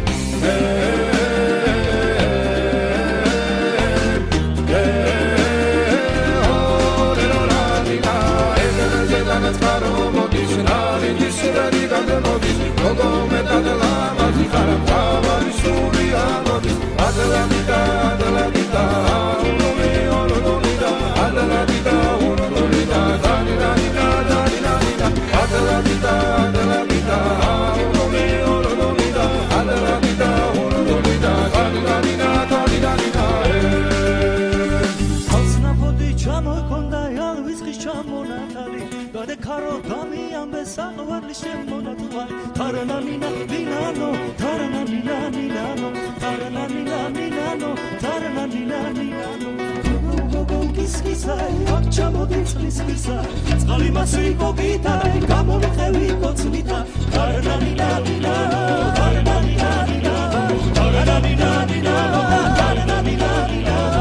გოგომე დადალამაზი ხარ თავარი სულია მოდის ადალადიდა ადალადიდა ურული ურულიდა ადალადიდა ურულიდა დანინანინა დანინანინა ადალადიდა ადალადიდა ურული ურულიდა ადალადიდა ურულიდა დანინანინა დანინანინა ასნაფოდი ჩამოქონდა ალვისის ჩამონათალი გადეკარო გამიამბე საყვარლი შემონათვალი tarananina milano tarananina milano tarananina milano tarananina milano gogo kiskisa akchamodi tsliskisa tsqali masiko gitai gamomqevi kotsnita tarananina milano tarananina milano tarananina milano tarananina milano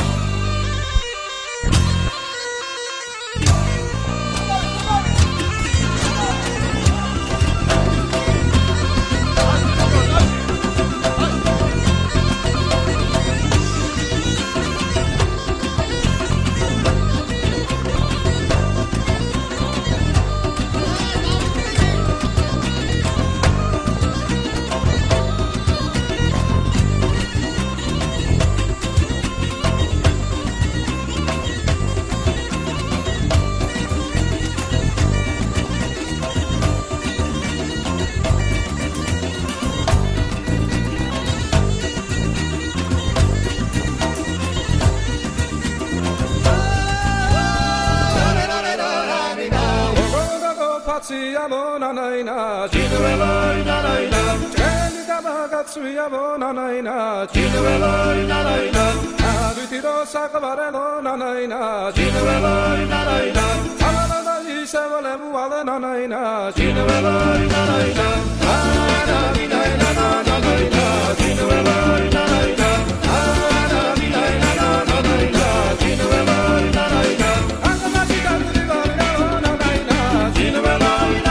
Nanaina, Jinweloi Nanaina, Candida Magatsuya Nanaina, Jinweloi Nanaina, Aditiro Sakavareno Nanaina, Jinweloi Nanaina, Amalana Isavalebu Nanaina, Jinweloi Nanaina, Anamina Nanaina, Jinweloi Nanaina, Anamina Nanaina, Jinweloi Nanaina, Anamina Nanaina, Jinweloi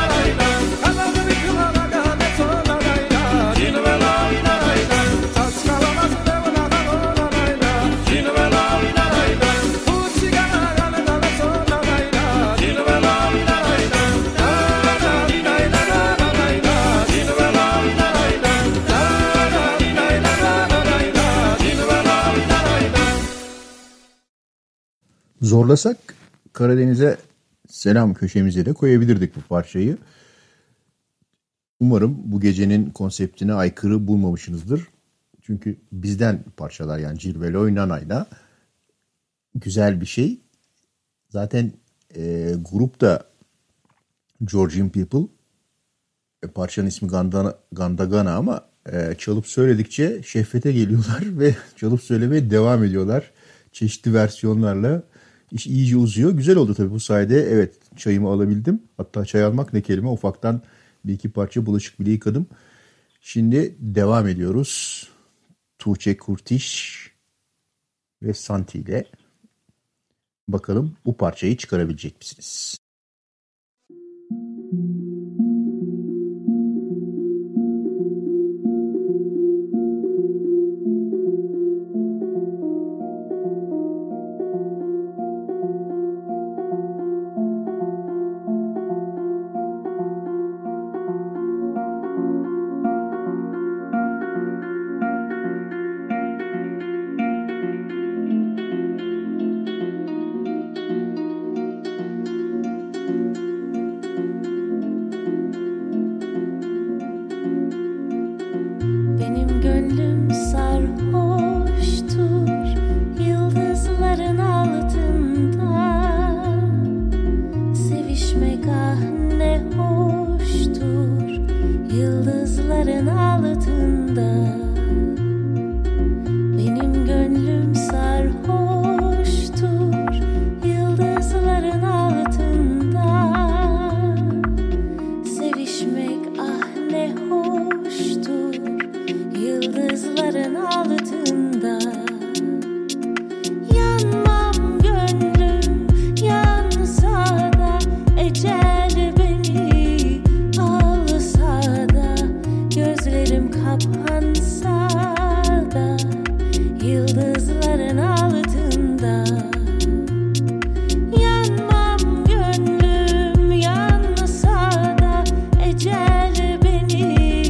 Zorlasak Karadeniz'e selam köşemize de koyabilirdik bu parçayı. Umarım bu gecenin konseptine aykırı bulmamışsınızdır. Çünkü bizden parçalar yani Cirveloy Nanay'la güzel bir şey. Zaten e, grup da Georgian People. E, parçanın ismi Gandana, Gandagana ama e, çalıp söyledikçe şehvete geliyorlar ve çalıp söylemeye devam ediyorlar. Çeşitli versiyonlarla iş iyice uzuyor. Güzel oldu tabii bu sayede. Evet, çayımı alabildim. Hatta çay almak ne kelime. Ufaktan bir iki parça bulaşık bile yıkadım. Şimdi devam ediyoruz. Tuğçe Kurtiş ve Santi ile. Bakalım bu parçayı çıkarabilecek misiniz? gönlüm sarhoştur yıldızların altında. Sevişmek ah ne hoştur yıldızların altında. Benim gönlüm sarhoştur yıldızların altında. Sevişmek ah ne hoştur yıldızların altında. Yanmam gönlüm yansa da ecel beni alsa da gözlerim kapansa da yıldızların altında. Yanmam gönlüm yansa da ecel beni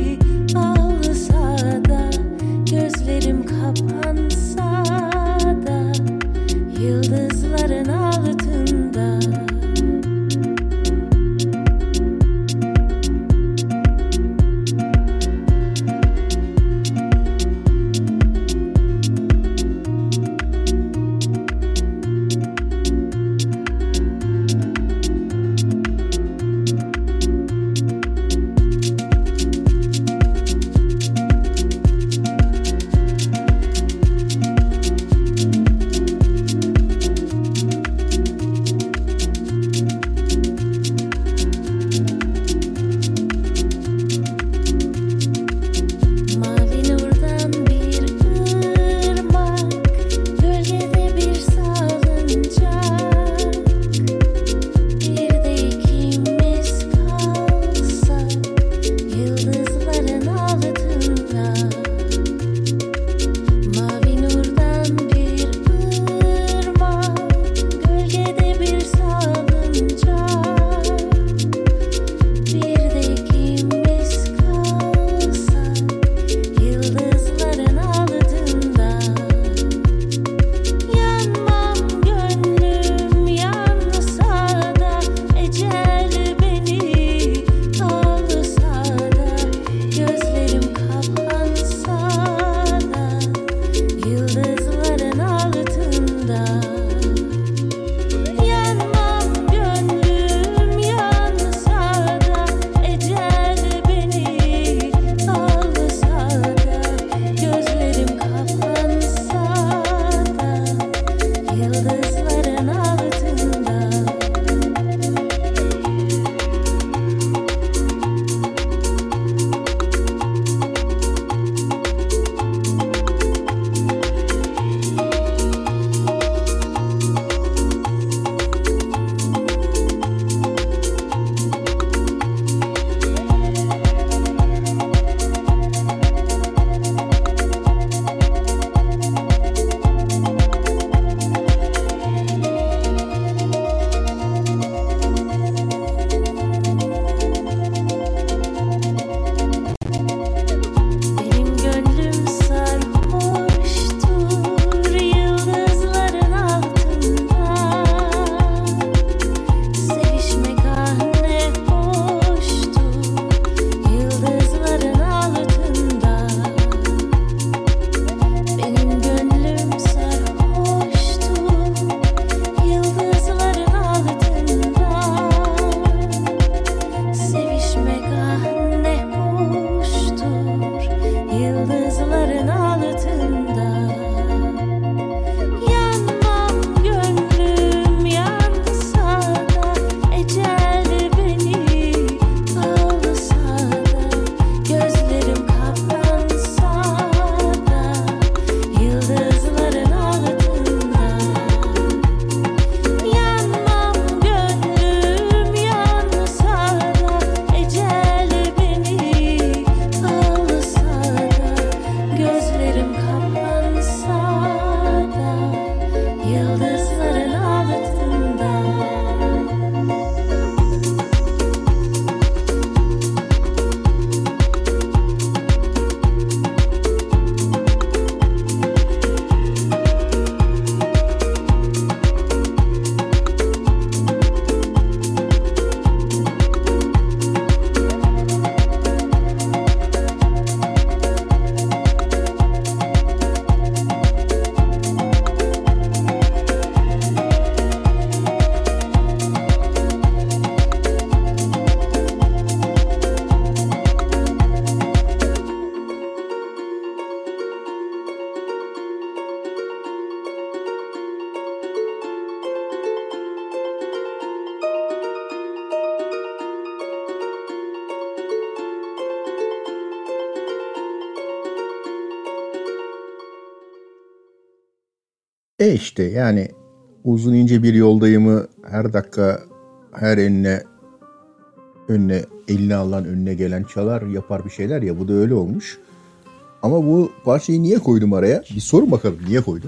E işte yani uzun ince bir yoldayımı her dakika her eline önüne eline alan önüne gelen çalar yapar bir şeyler ya, bu da öyle olmuş. Ama bu parçayı niye koydum araya? Bir sorun bakalım niye koydum?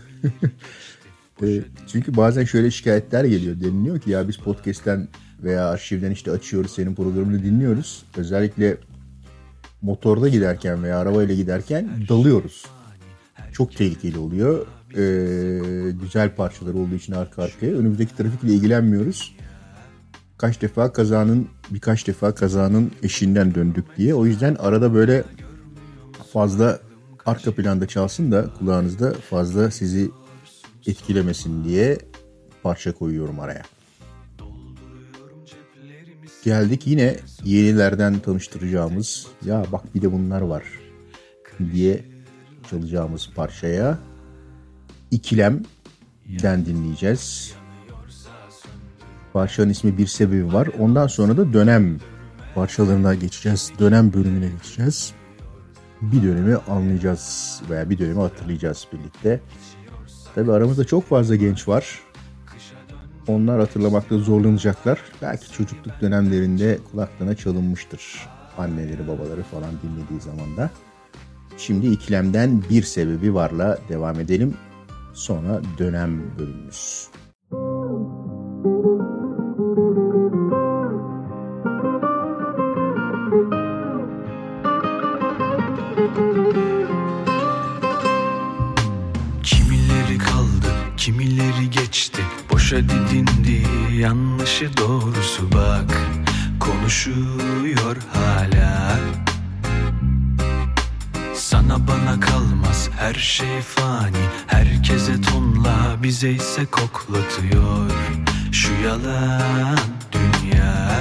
e, çünkü bazen şöyle şikayetler geliyor. Deniliyor ki ya biz podcast'ten veya arşivden işte açıyoruz, senin programını dinliyoruz. Özellikle motorda giderken veya arabayla giderken dalıyoruz. Çok tehlikeli oluyor. Ee, güzel parçalar olduğu için arka arkaya. Önümüzdeki trafikle ilgilenmiyoruz. Kaç defa kazanın, birkaç defa kazanın eşiğinden döndük diye. O yüzden arada böyle fazla arka planda çalsın da kulağınızda fazla sizi etkilemesin diye parça koyuyorum araya. Geldik yine yenilerden tanıştıracağımız, ya bak bir de bunlar var diye çalacağımız parçaya. İkilem'den dinleyeceğiz. Parçanın ismi Bir Sebebi Var. Ondan sonra da dönem parçalarına geçeceğiz. Dönem bölümüne geçeceğiz. Bir dönemi anlayacağız veya bir dönemi hatırlayacağız birlikte. Tabii aramızda çok fazla genç var. Onlar hatırlamakta zorlanacaklar. Belki çocukluk dönemlerinde kulaklarına çalınmıştır. Anneleri, babaları falan dinlediği zaman da. Şimdi İkilem'den Bir Sebebi Var'la devam edelim. Sonra dönem bölümümüz. Kimileri kaldı, kimileri geçti. Boşa didindi, yanlışı doğrusu bak. Konuşuyor hala. Sana bana kalmaz, her şey fani. Herkese tonla, bize ise koklatıyor şu yalan dünya.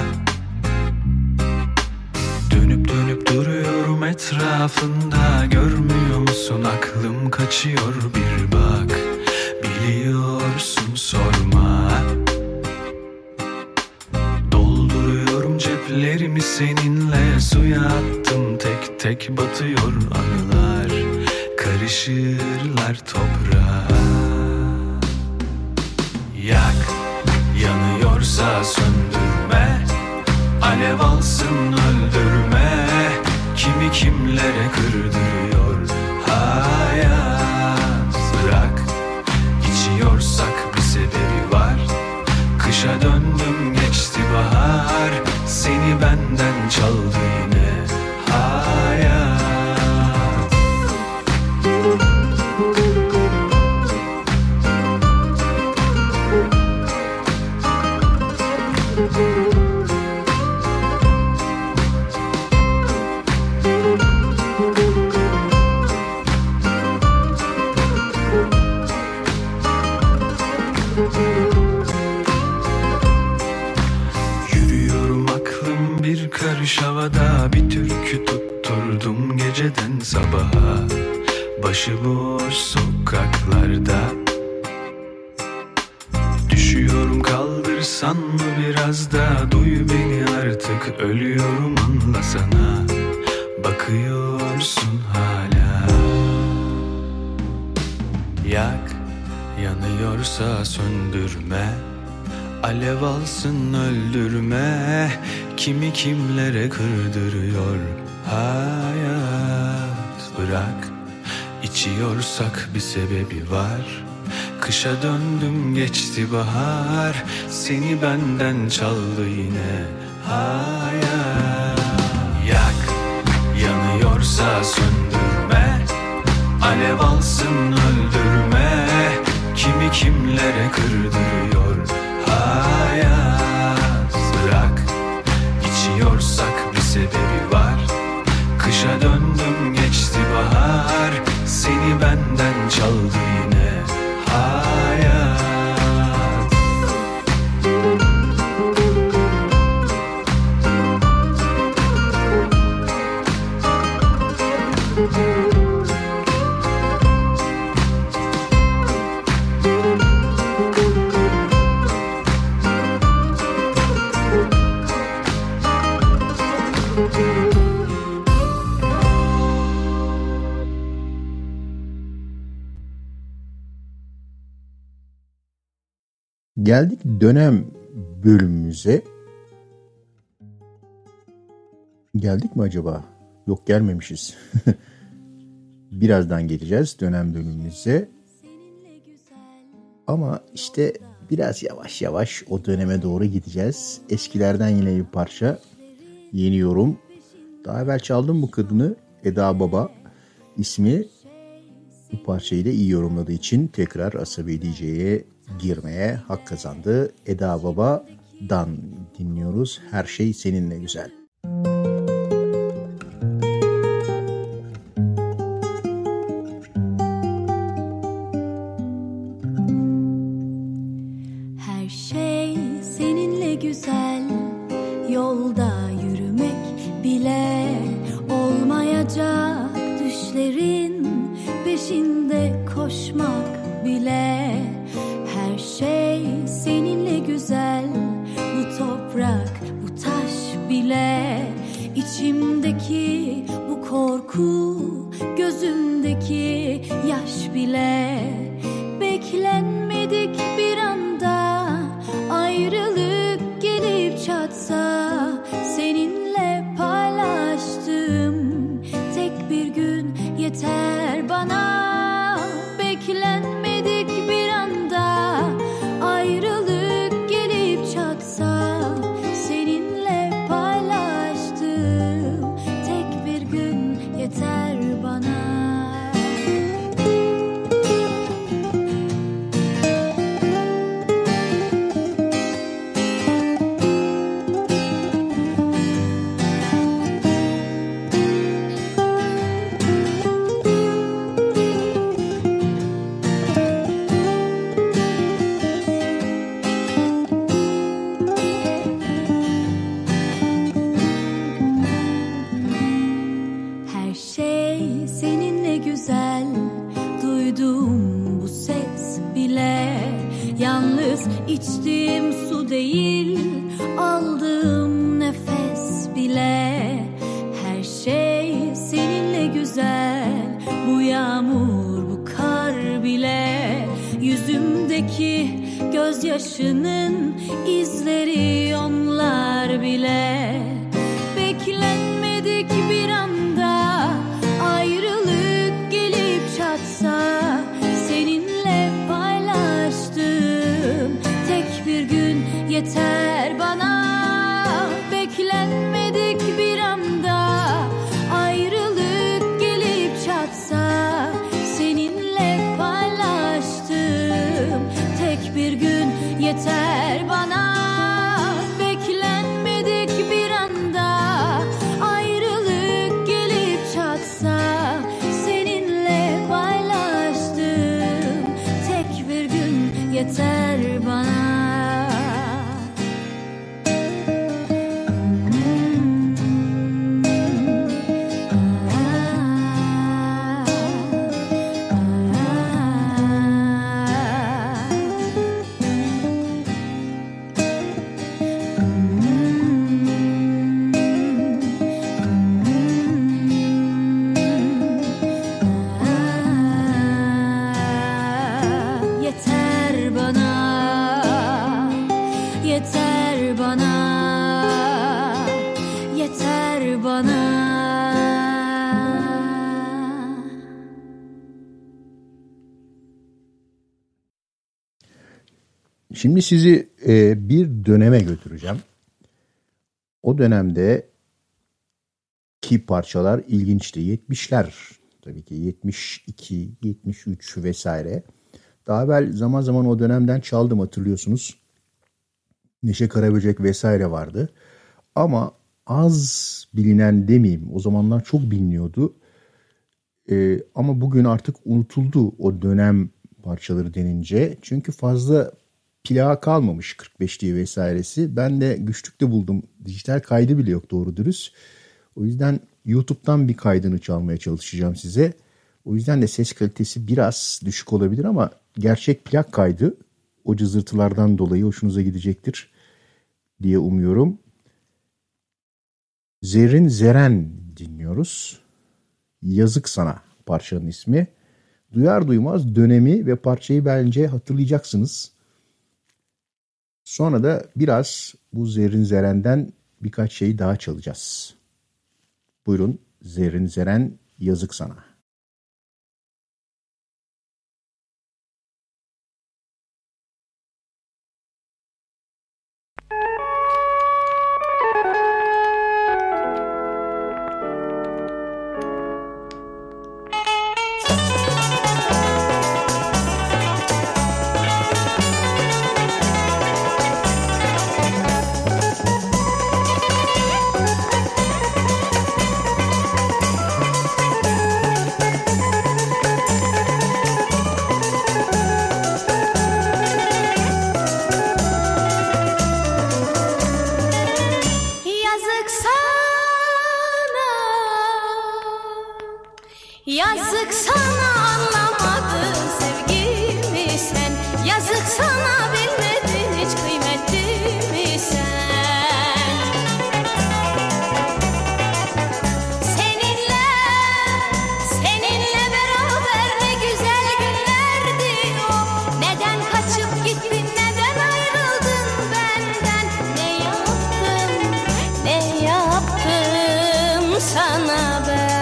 Dönüp dönüp duruyorum etrafında. Görmüyor musun, aklım kaçıyor, bir bak. Biliyorsun, sorma. Dolduruyorum ceplerimi seninle. Suya attım, tek tek batıyor anılar. Karışırlar toprağa. Yak, yanıyorsa söndürme. Alev alsın, öldürme. Kimi kimlere kırdırıyor hayat. Bırak, içiyorsak bir sebebi var. Kışa döndüm, geçti bahar. Seni benden çaldı yine hayat. Yürüyorum aklım bir karış havada. Bir türkü tutturdum geceden sabaha. Başıboş sokaklarda. Düşüyorum, kaldırsan mı biraz da. Duy beni artık, ölüyorum, anlasana. Bakıyorsun hala. Yak, yanıyorsa söndürme. Alev alsın, öldürme. Kimi kimlere kırdırıyor hayat. Bırak, içiyorsak bir sebebi var. Kışa döndüm, geçti bahar. Seni benden çaldı yine hayat. Yak, yanıyorsa söndürme. Alev alsın, öldürme. Kimi kimlere kırdırıyor hayat. Bırak, içiyorsak bir sebebi var. Kışa döndüm, geçti bahar. Seni benden çaldı yine hayat. Geldik dönem bölümümüze. Geldik mi acaba? Yok, gelmemişiz. Birazdan geleceğiz dönem bölümümüze. Ama işte biraz yavaş yavaş o döneme doğru gideceğiz. Eskilerden yine bir parça. Yeni yorum. Daha evvel çaldım bu kadını. Eda Baba ismi. Bu parçayı da iyi yorumladığı için tekrar Asabi D J'ye girmeye hak kazandı. Eda Baba'dan dinliyoruz. Her şey seninle güzel. Her şey seninle güzel, yolda yürümek bile olmayacak, düşlerin peşinde koşmak bile. Her şey seninle güzel, bu toprak, bu taş bile, içimdeki bu korku, gözümdeki yaş bile. Beklenmedik bir anda ayrılık gelip çatsa, seninle paylaştığım tek bir gün yeter bana. Beklenmedik bir anda ayrılık gelip çatsa, seninle paylaştığım tek bir gün yeter bana. Her şey seninle güzel, duyduğum bu ses bile, yalnız içtiğim su değil, aldığım nefes bile. Her şey seninle güzel, bu yağmur, bu kar bile, yüzümdeki gözyaşının izleri onlar bile. Beklenmedik bir anda ayrılık gelip çatsa, seninle paylaştığım tek bir gün yeter bana. Beklenmedik bir anda ayrılık gelip çatsa, seninle paylaştığım tek bir gün yeter bana. Beklenmedik bir anda ayrılık gelip çatsa, seninle paylaştığım tek bir gün yeter bana. Yeter bana, yeter bana, yeter bana. Şimdi sizi e, bir döneme götüreceğim. O dönemde ki parçalar ilginçti. yetmişler tabii ki, yetmiş iki, yetmiş üç vesaire. Daha evvel zaman zaman o dönemden çaldım, hatırlıyorsunuz. Neşe Karaböcek vesaire vardı. Ama az bilinen demeyeyim, o zamanlar çok biliniyordu. Ee, ama bugün artık unutuldu o dönem parçaları denince. Çünkü fazla plağa kalmamış kırk beşliği vesairesi. Ben de güçlükte buldum. Dijital kaydı bile yok doğru dürüst. O yüzden YouTube'dan bir kaydını çalmaya çalışacağım size. O yüzden de ses kalitesi biraz düşük olabilir ama gerçek plak kaydı. O cızırtılardan dolayı hoşunuza gidecektir diye umuyorum. Zerrin Zeren dinliyoruz. Yazık Sana parçanın ismi. Duyar duymaz dönemi ve parçayı bence hatırlayacaksınız. Sonra da biraz bu Zerrin Zeren'den birkaç şey daha çalacağız. Buyurun, Zerrin Zeren, Yazık Sana. Yazık sana, yazık sana anlamadın sevgimi sen. Yazık sana bilmedin hiç kıymetimi sen. Seninle, seninle beraber ne güzel günlerdi o. Neden kaçıp gittin, neden ayrıldın benden? Ne yaptım, ne yaptım sana ben?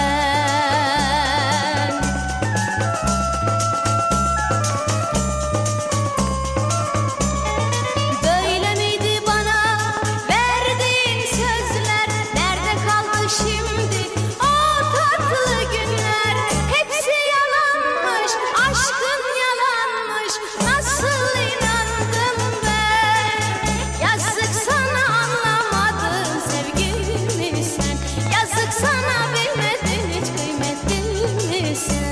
Böyle miydi bana verdiğin sözler? Nerede kaldı şimdi o tatlı günler? Hepsi yalanmış, aşkın yalanmış. Nasıl inandım ben? Yazık sana anlamadın sevgimi sen. Yazık sana bilmedin hiç kıymetimi sen.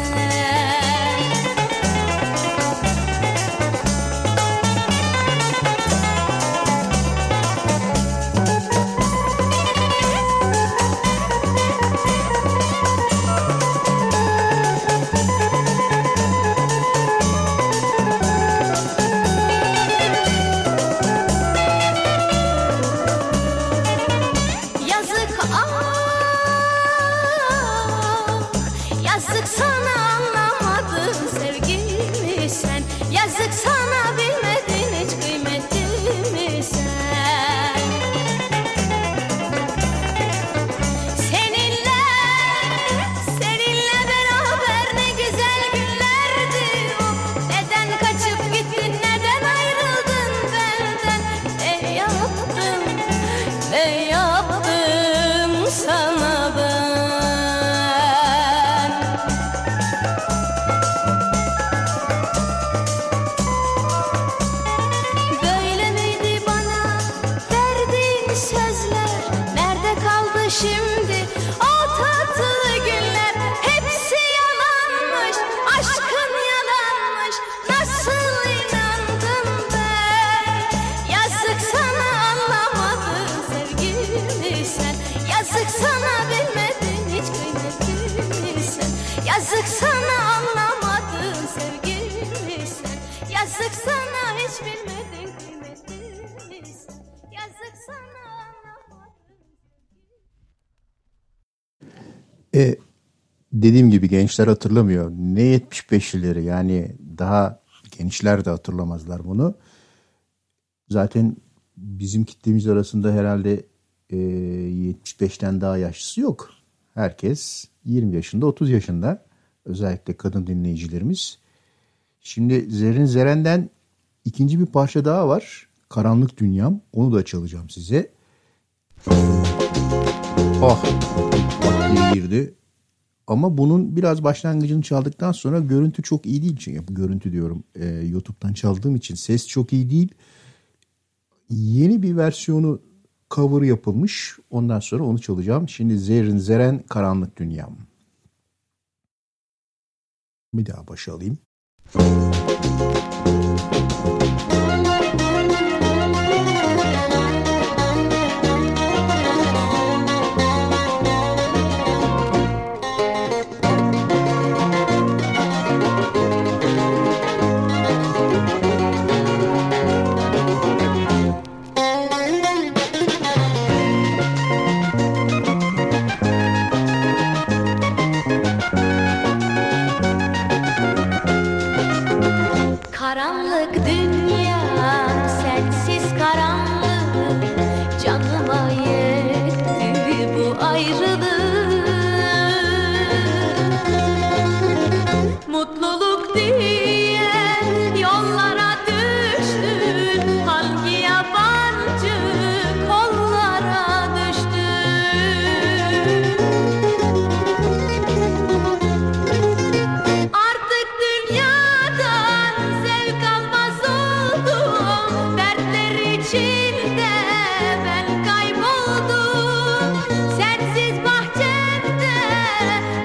Yazık ah, yazık sana anlamadın sevgimi sen. Yazık sana bilmedin hiç kıymetimi sen. Seninle, seninle beraber ne güzel günlerdi o. Neden kaçıp gittin, neden ayrıldın benden? Ne yaptım, ne yaptım sana ben? Böyle miydi bana verdiğin sözler? Nerede kaldı şimdi o tatlı günler? Hepsi yalanmış, aşkın yalanmış. Nasıl inandım ben? Yazık sana anlamadın sevgimi sen. Yazık sana bilmedin hiç kıymetimi sen. Yazık sana anlamadın sevgimi sen. Yazık sana hiç bilmedin kıymetimi sen. Yazık sana anlamadın. E, dediğim gibi gençler hatırlamıyor. Ne yetmiş beşlileri, yani daha gençler de hatırlamazlar bunu. Zaten bizim kitlemiz arasında herhalde e, yetmiş beşten daha yaşlısı yok. Herkes yirmi yaşında, otuz yaşında. Özellikle kadın dinleyicilerimiz. Şimdi Zerrin Zeren'den ikinci bir parça daha var. Karanlık Dünyam. Onu da çalacağım size. Oh, bak diye girdi. Ama bunun biraz başlangıcını çaldıktan sonra görüntü çok iyi değil. Çünkü görüntü diyorum, e, YouTube'dan çaldığım için ses çok iyi değil. Yeni bir versiyonu cover yapılmış. Ondan sonra onu çalacağım. Şimdi Zerrin Zeren, Karanlık Dünyam. Bir daha başa alayım. Karanlık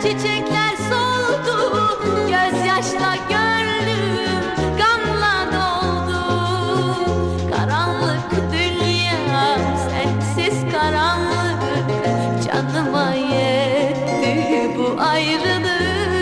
çiçekler soldu, gözyaşla gönlüm gamla doldu. Karanlık dünya, sensiz karanlık, canıma yetti bu ayrılık.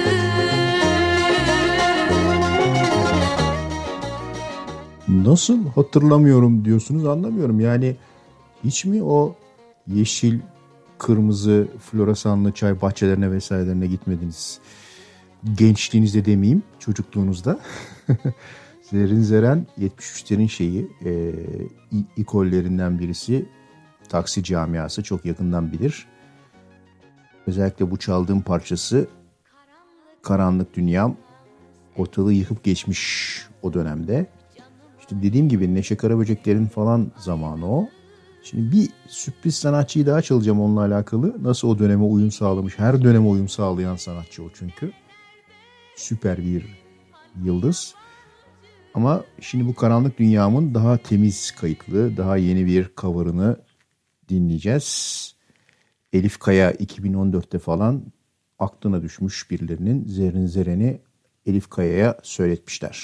Nasıl hatırlamıyorum diyorsunuz, anlamıyorum. Yani hiç mi o yeşil, kırmızı, floresanlı çay bahçelerine vesairelerine gitmediniz? Gençliğinizde demeyeyim, çocukluğunuzda. Zerrin Zeren yetmiş üçlerin şeyi, e, ikollerinden birisi. Taksi camiası çok yakından bilir. Özellikle bu çaldığım parçası Karanlık Dünyam ortalığı yıkıp geçmiş o dönemde. İşte dediğim gibi Neşe Karaböcekler'in falan zamanı o. Şimdi bir sürpriz sanatçıyı daha çalacağım onunla alakalı. Nasıl o döneme uyum sağlamış. Her döneme uyum sağlayan sanatçı o çünkü. Süper bir yıldız. Ama şimdi bu Karanlık Dünyam'ın daha temiz kayıtlı, daha yeni bir cover'ını dinleyeceğiz. Elif Kaya iki bin on dörtte falan aklına düşmüş birilerinin Zerrin Zeren'i Elif Kaya'ya söyletmişler.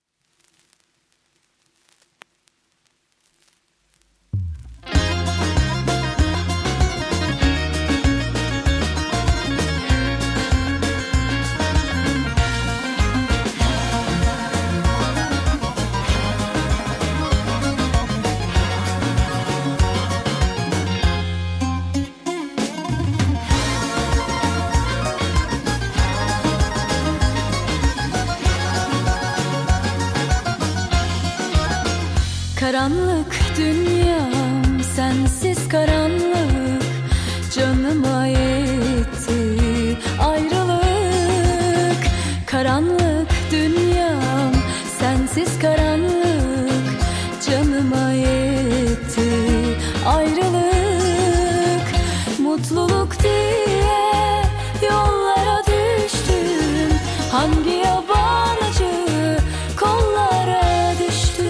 Karanlık dünyam, sensiz karanlık, canıma yetti ayrılık. Karanlık dünyam, sensiz karanlık, canıma yetti ayrılık. Mutluluk diye yollara düştüm, hangi yabancı kollara düştüm.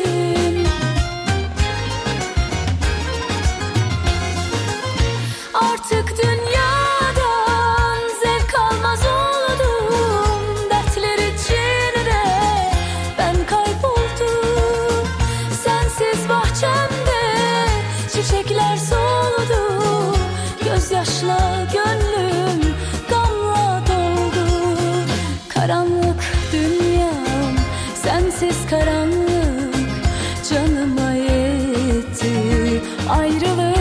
Artık dünyadan zevk almaz oldum, dertler içinde ben kayboldum. Sensiz bahçemde çiçekler soldu, gözyaşla gönlüm gamla doldu. Karanlık dünyam, sensiz karanlık, canıma yetti ayrılık.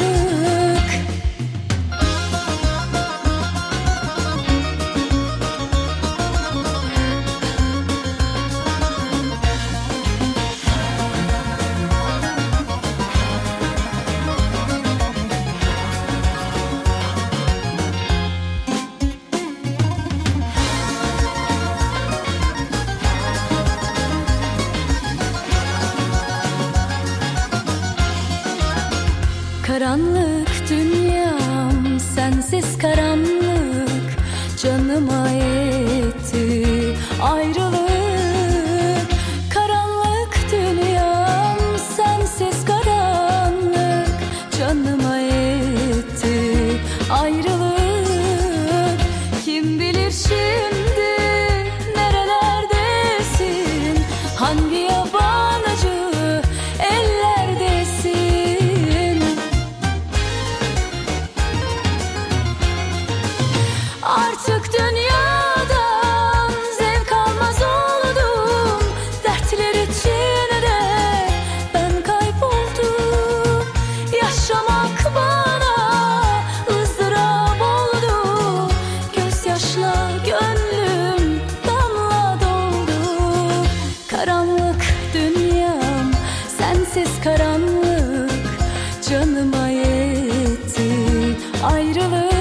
Karanlık dünyam, sensiz karanlık, canıma yetti ayrılık. Karanlık dünyam, sensiz karanlık, canıma yetti ayrılık. Kim bilir şimdi nerelerdesin, hangi yabancı ellerdesin. Artık dünyadan zevk almaz oldum, dertler içinde ben kayboldum. Yaşamak bana ızdırap oldu, gözyaşla gönlüm damla doldu. Karanlık dünyam, sensiz karanlık, canıma yetti ayrılık.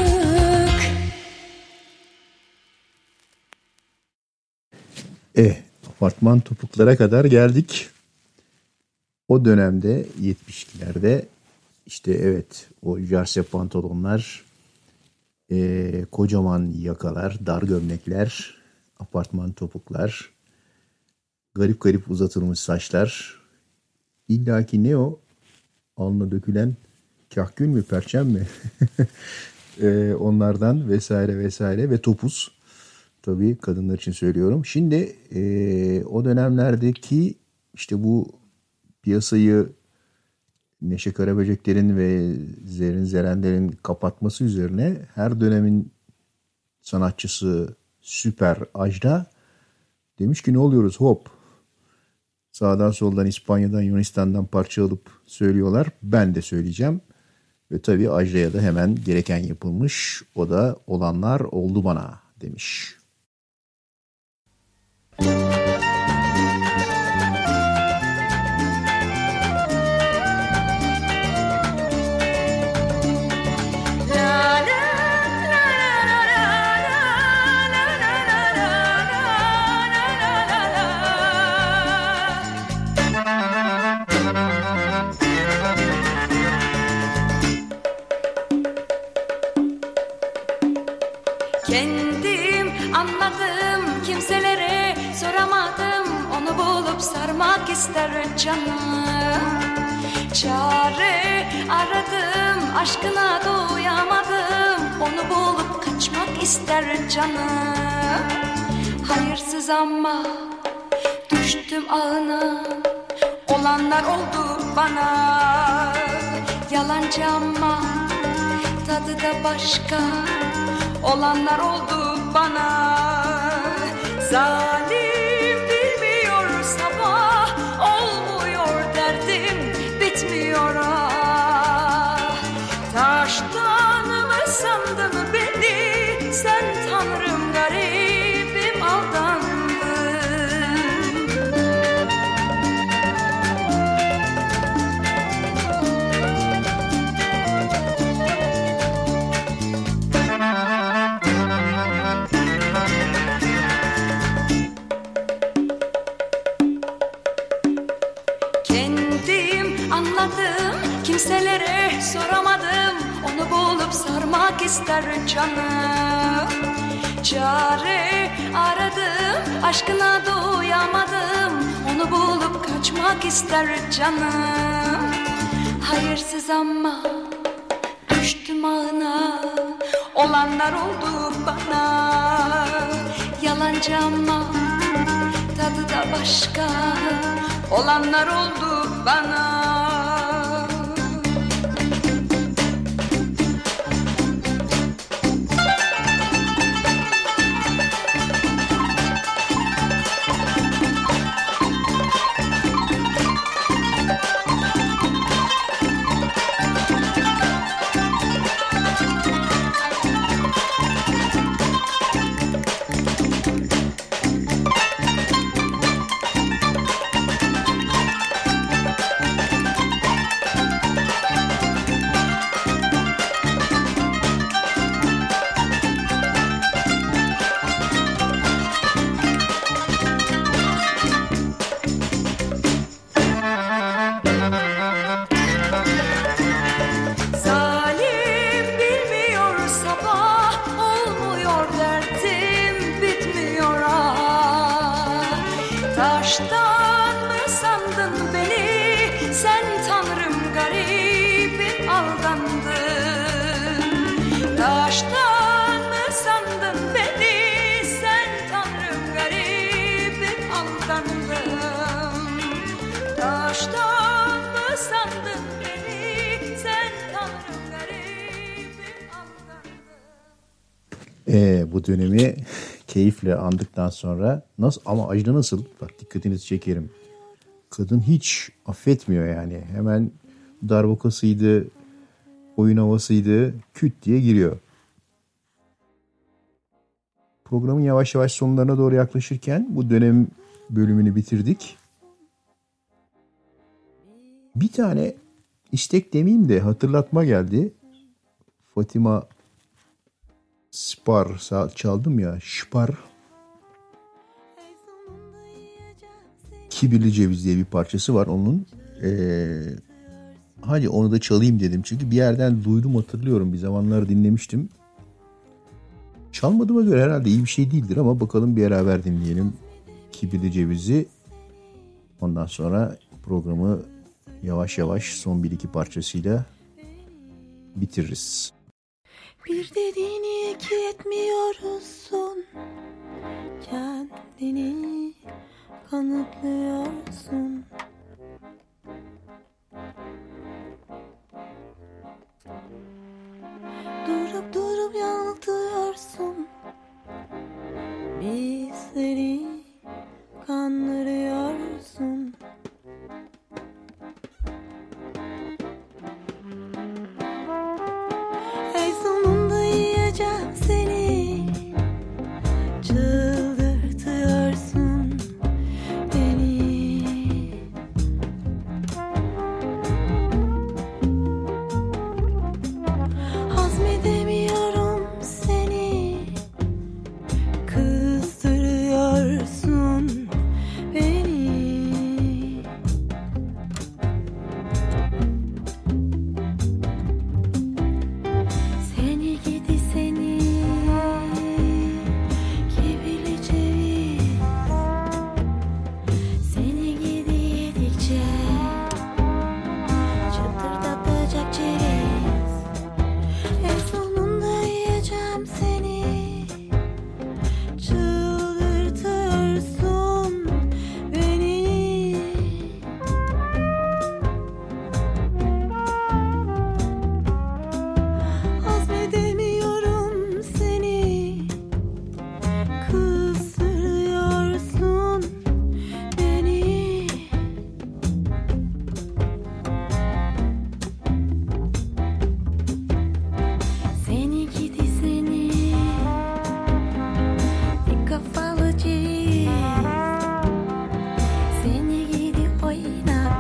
Eh, apartman topuklara kadar geldik. O dönemde yetmişlerde işte evet o jarse pantolonlar, e, kocaman yakalar, dar gömlekler, apartman topuklar, garip garip uzatılmış saçlar. İlla ki ne o? Alnına dökülen kahkül mü, perçem mi? Ee, onlardan vesaire vesaire ve topuz. Tabii kadınlar için söylüyorum. Şimdi e, o dönemlerdeki işte bu piyasayı Neşe Karaböcekler'in ve Zerrin Zerenler'in kapatması üzerine her dönemin sanatçısı Süper Ajda demiş ki ne oluyoruz hop. Sağdan soldan İspanya'dan Yunanistan'dan parça alıp söylüyorlar. Ben de söyleyeceğim. Ve tabii Ajda'ya da hemen gereken yapılmış. O da olanlar oldu bana demiş. Kendim anladım, kimselere soramadım. Onu bulup sarmak ister canım. Çare aradım, aşkına doyamadım. Onu bulup kaçmak ister canım. Hayırsız ama düştüm ağına. Olanlar oldu bana. Yalancı ama tadı da başka. Olanlar oldu bana. Zalim bilmiyor sabah, olmuyor derdim bitmiyor ah. Taştan mı sandın beni, sen tanrım garibim aldandım. Kimselere soramadım, onu bulup sarmak ister canım. Çare aradım, aşkına doyamadım. Onu bulup kaçmak ister canım. Hayırsız ama düştüm ağına. Olanlar oldu bana. Yalancı ama tadı da başka. Olanlar oldu bana. Ee, bu dönemi keyifle andıktan sonra nasıl ama Ajda nasıl? Bak dikkatinizi çekerim. Kadın hiç affetmiyor yani. Hemen darbukasıydı, oyun havasıydı, küt diye giriyor. Programın yavaş yavaş sonlarına doğru yaklaşırken bu dönem bölümünü bitirdik. Bir tane istek demeyeyim de hatırlatma geldi. Fatima Spar çaldım ya. Spar. Kibirli Ceviz diye bir parçası var onun. Ee, hadi onu da çalayım dedim. Çünkü bir yerden duydum, hatırlıyorum. Bir zamanlar dinlemiştim. Çalmadığıma göre herhalde iyi bir şey değildir ama bakalım bir beraber dinleyelim. Kibirli Ceviz'i. Ondan sonra programı yavaş yavaş son bir iki parçasıyla bitiririz. Bir dediğini iki etmiyorsun, kendini kanıtlıyorsun. Durup durup yanıltıyorsun, bizleri kandırıyorsun. Ey sonunda yiyeceğim seni, çıldırtıyorsun beni. Hazmedemiyorum seni, kızdırıyorsun beni. Seni gidi seni, kibirli ceviz. Seni gidi yedikçe çıtırdatacak ceviz. En sonunda yiyeceğim seni, çıldırtıyorsun beni. Hazmedemiyorum seni, kızdırıyorsun beni. Seni gidi seni, dik kafalı ceviz. Seni gidi oynak,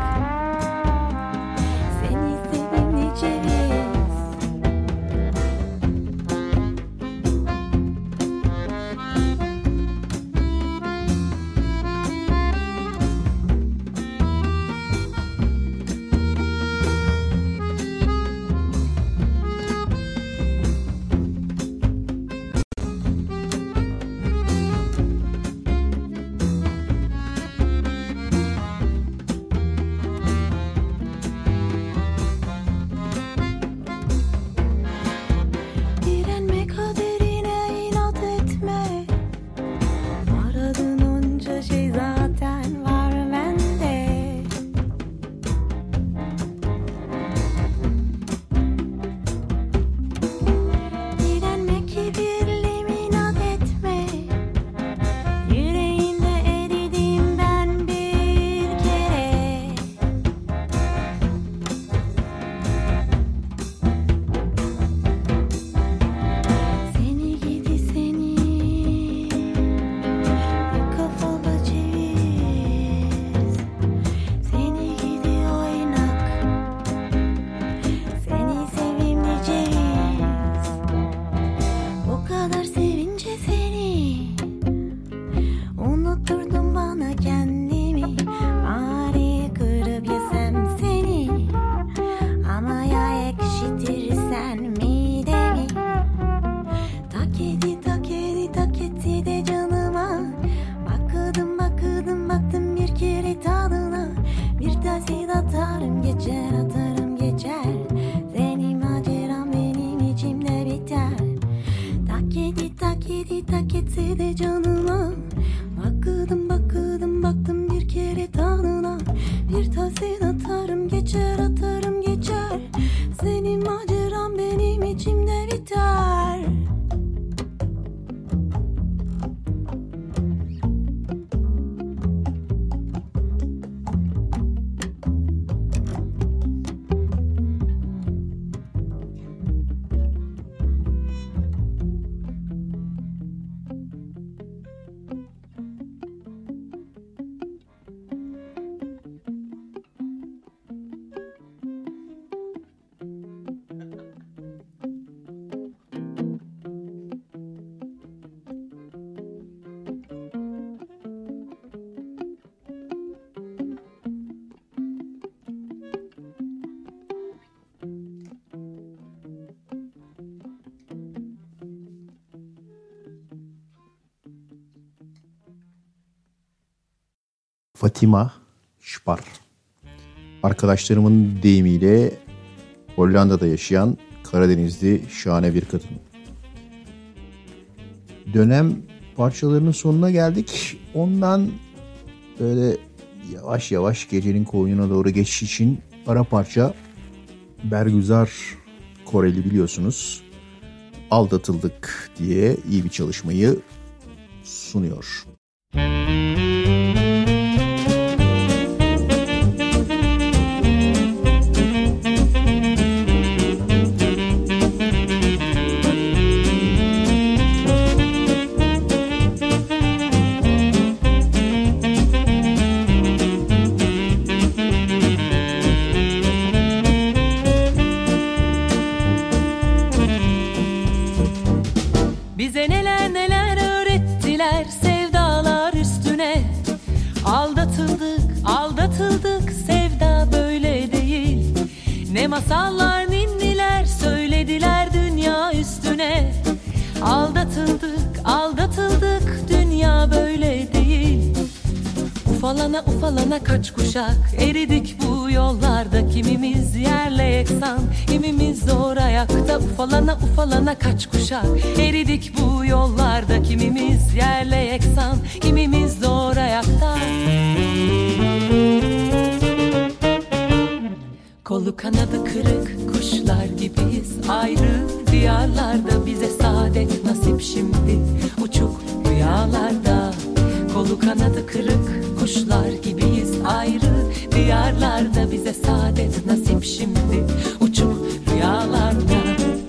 seni sevimli ceviz. Direnme kaderine, inat etme. Aradığın onca şey zaten var bende. Direnme, kibirli, inat etme. Yüreğinde eridim ben bir kere. Seni gidi seni, dik kafalı ceviz. Seni gidi oynak, seni sevimli ceviz. Bu kadar sevince seni, unutturdun bana kendimi. Bari kırıp yesem seni, ama ya ekşitirsen midemi. Tak edi tak edi tak etti de canıma. Bakıdım bakıdım baktım bir kere tadına. Bir tanesini atarım geçer, atarım geçer. Senin maceran benim içimde biter. Tak edi tak edi tak etti de canıma. Bakıdım bakıdım baktım bir kere tadına. Bir tanesini atarım geçer, atarım geçer. Senin maceran benim içimde biter. Fatima Spar. Arkadaşlarımın deyimiyle Hollanda'da yaşayan Karadenizli şahane bir kadın. Dönem parçalarının sonuna geldik. Ondan böyle yavaş yavaş gecenin koynuna doğru geçiş için ara parça Bergüzar Koreli biliyorsunuz. Aldatıldık diye iyi bir çalışmayı sunuyor. Bize neler neler öğrettiler sevdalar üstüne. Aldatıldık, aldatıldık, sevda böyle değil. Ne masallar ninniler söylediler dünya üstüne. Aldatıldık, aldatıldık, dünya böyle değil. Ufalana ufalana kaç kuşak eridik bu yollarda. Kimimiz yerle yeksan, kimimiz zor ayakta. Ufalana ufalana kaç kuşak eridik bu yollarda. Kimimiz yerle yeksan, kimimiz zor ayakta. Kolu kanadı kırık kuşlar gibiyiz, ayrı diyarlarda. Bize saadet nasip şimdi, uçuk rüyalarda. Kolu kanadı kırık kuşlar gibiyiz, ayrı diyarlarda. Bize saadet nasip şimdi, uçuk rüyalarda.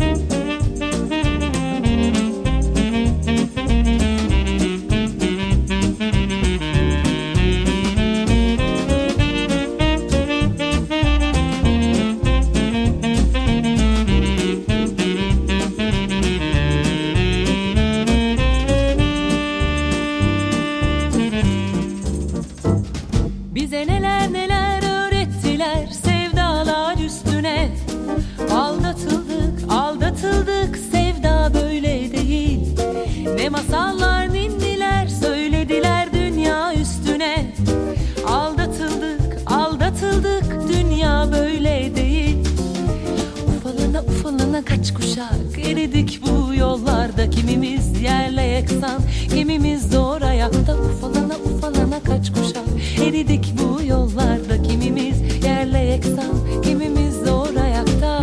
Bize neler neler öğrettiler sevdalar üstüne. Aldatıldık, aldatıldık, sevda böyle değil. Ne masallar ninniler söylediler dünya üstüne. Aldatıldık, aldatıldık, dünya böyle değil. Ufalana ufalana kaç kuşak eridik bu yollarda. Kimimiz yerle yeksan, kimimiz zor ayakta. Ufalana ufalana kaç kuşak eridik bu yollarda. Kimimiz yerle yeksan, kimimiz zor ayakta.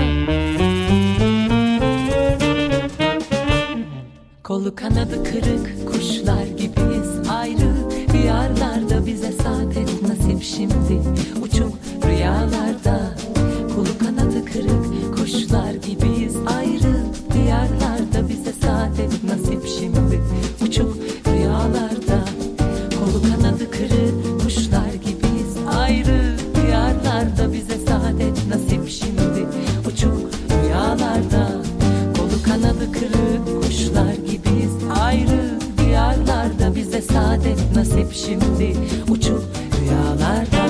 Kolu kanadı kırık kuşlar gibiyiz, ayrı diyarlarda. Bize saadet nasip şimdi, uçuk rüyalarda. Kolu kanadı kırık kuşlar gibiyiz, ayrı diyarlarda. Bize saadet nasip şimdi, uçuk rüyalarda. Kolu kanadı kırık kuşlar gibiyiz, ayrı diyarlarda. Bize saadet nasip şimdi, uçuk rüyalarda. Kolu kanadı kırık kuşlar gibiyiz, ayrı diyarlarda. Bize saadet nasip şimdi, uçuk rüyalarda.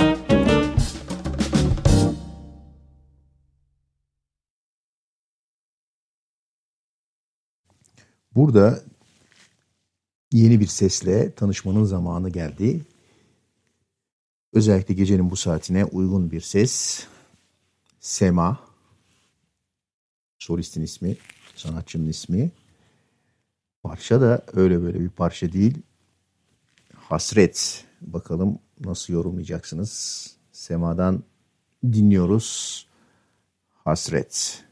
Burada yeni bir sesle tanışmanın zamanı geldi. Özellikle gecenin bu saatine uygun bir ses. Sema, solistin ismi, sanatçının ismi. Parça da öyle böyle bir parça değil. Hasret. Bakalım nasıl yorumlayacaksınız? Sema'dan dinliyoruz. Hasret.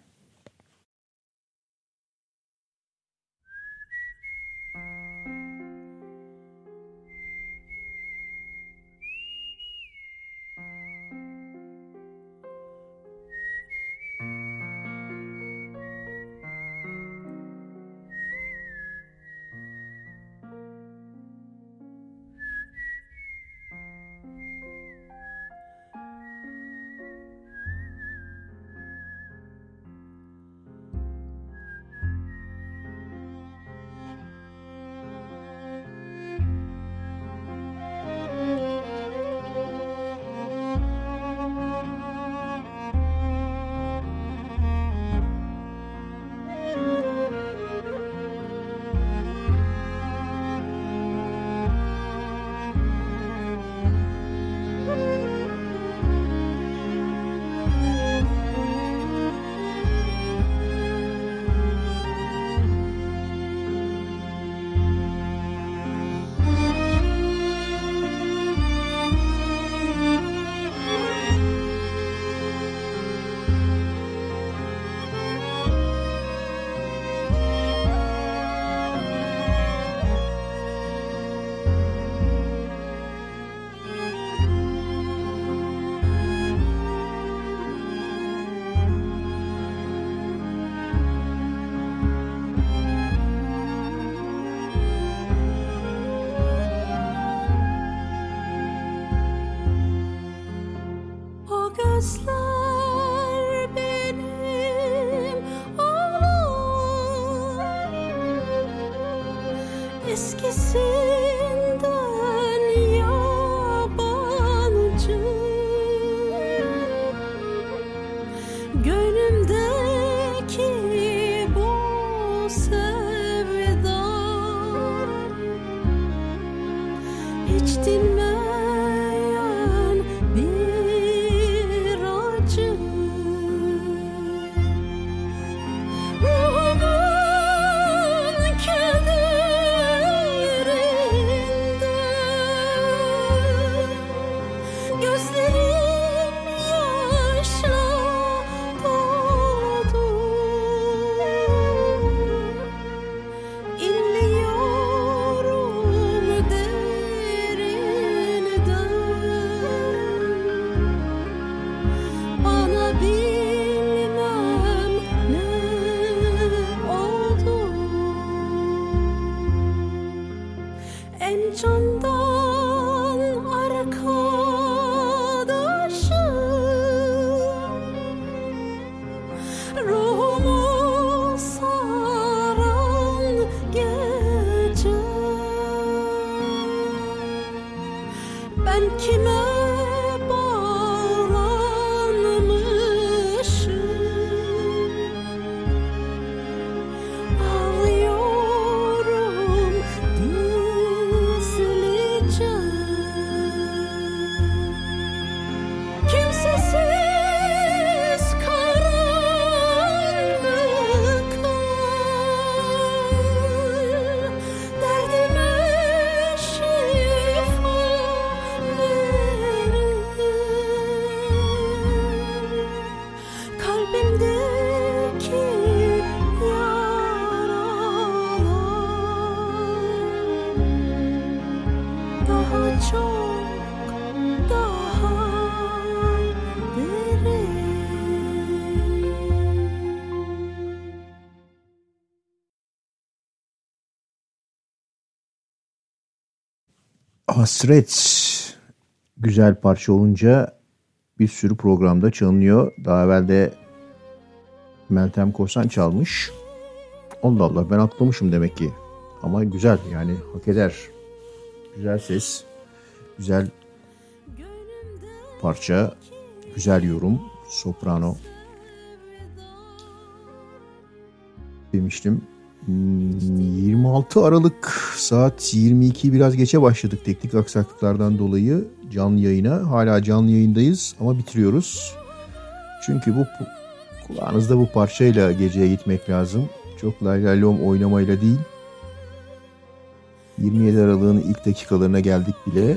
eskisinden yabancı. Gönlümdeki bu sevda hiç dinmeyen bir acı. Ruhumun kederinde gözlerim yaşla doldu. İnliyorum derinden, bana bilmem ne oldu. En candan arkadaşım, ruhumu saran gece. Ben kime bağlanmışım? Ağlıyorum gizlice. Kimsesiz karanlıklar derdime şifa verir. Kalbimdeki yaralar daha çok, daha derin. Hasret güzel parça olunca bir sürü programda çalınıyor. Daha evvel de Meltem Korsan çalmış. Allah Allah, ben atlamışım demek ki. Ama güzel, yani hak eder. Güzel ses, güzel parça, güzel yorum, soprano demiştim. yirmi altı Aralık saat yirmi iki biraz geçe başladık teknik aksaklıklardan dolayı canlı yayına. Hala canlı yayındayız ama bitiriyoruz. Çünkü bu kulağınızda bu parçayla geceye gitmek lazım. Çok lay lay lom oynamayla değil. yirmi yedi Aralık'ın ilk dakikalarına geldik bile.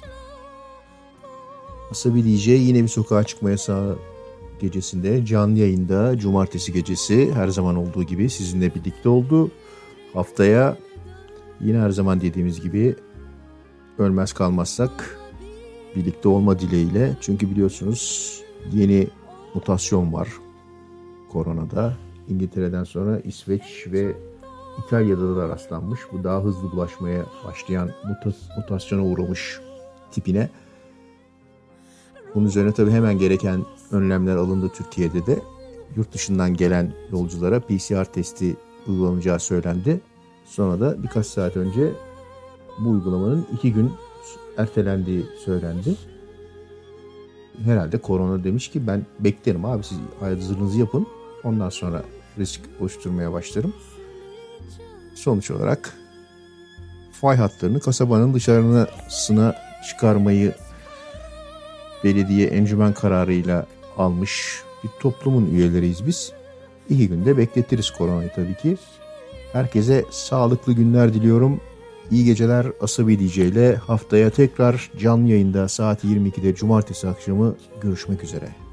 Asabi D J yine bir sokağa çıkma yasağı gecesinde canlı yayında cumartesi gecesi her zaman olduğu gibi sizinle birlikte oldu. Haftaya yine her zaman dediğimiz gibi ölmez kalmazsak birlikte olma dileğiyle. Çünkü biliyorsunuz yeni mutasyon var koronada. İngiltere'den sonra İsveç ve İtalya'da da rastlanmış. Bu daha hızlı bulaşmaya başlayan mutasyona uğramış tipine. Bunun üzerine tabii hemen gereken önlemler alındı Türkiye'de de. Yurt dışından gelen yolculara P C R testi uygulanacağı söylendi. Sonra da birkaç saat önce bu uygulamanın iki gün ertelendiği söylendi. Herhalde korona demiş ki ben beklerim abi, siz hazırlığınızı yapın. Ondan sonra risk oluşturmaya başlarım. Sonuç olarak fay hatlarını kasabanın dışarısına çıkarmayı belediye encümen kararıyla almış bir toplumun üyeleriyiz biz. İki günde bekletiriz koronayı tabii ki. Herkese sağlıklı günler diliyorum. İyi geceler. Asabi D J ile haftaya tekrar canlı yayında saat yirmi ikide cumartesi akşamı görüşmek üzere.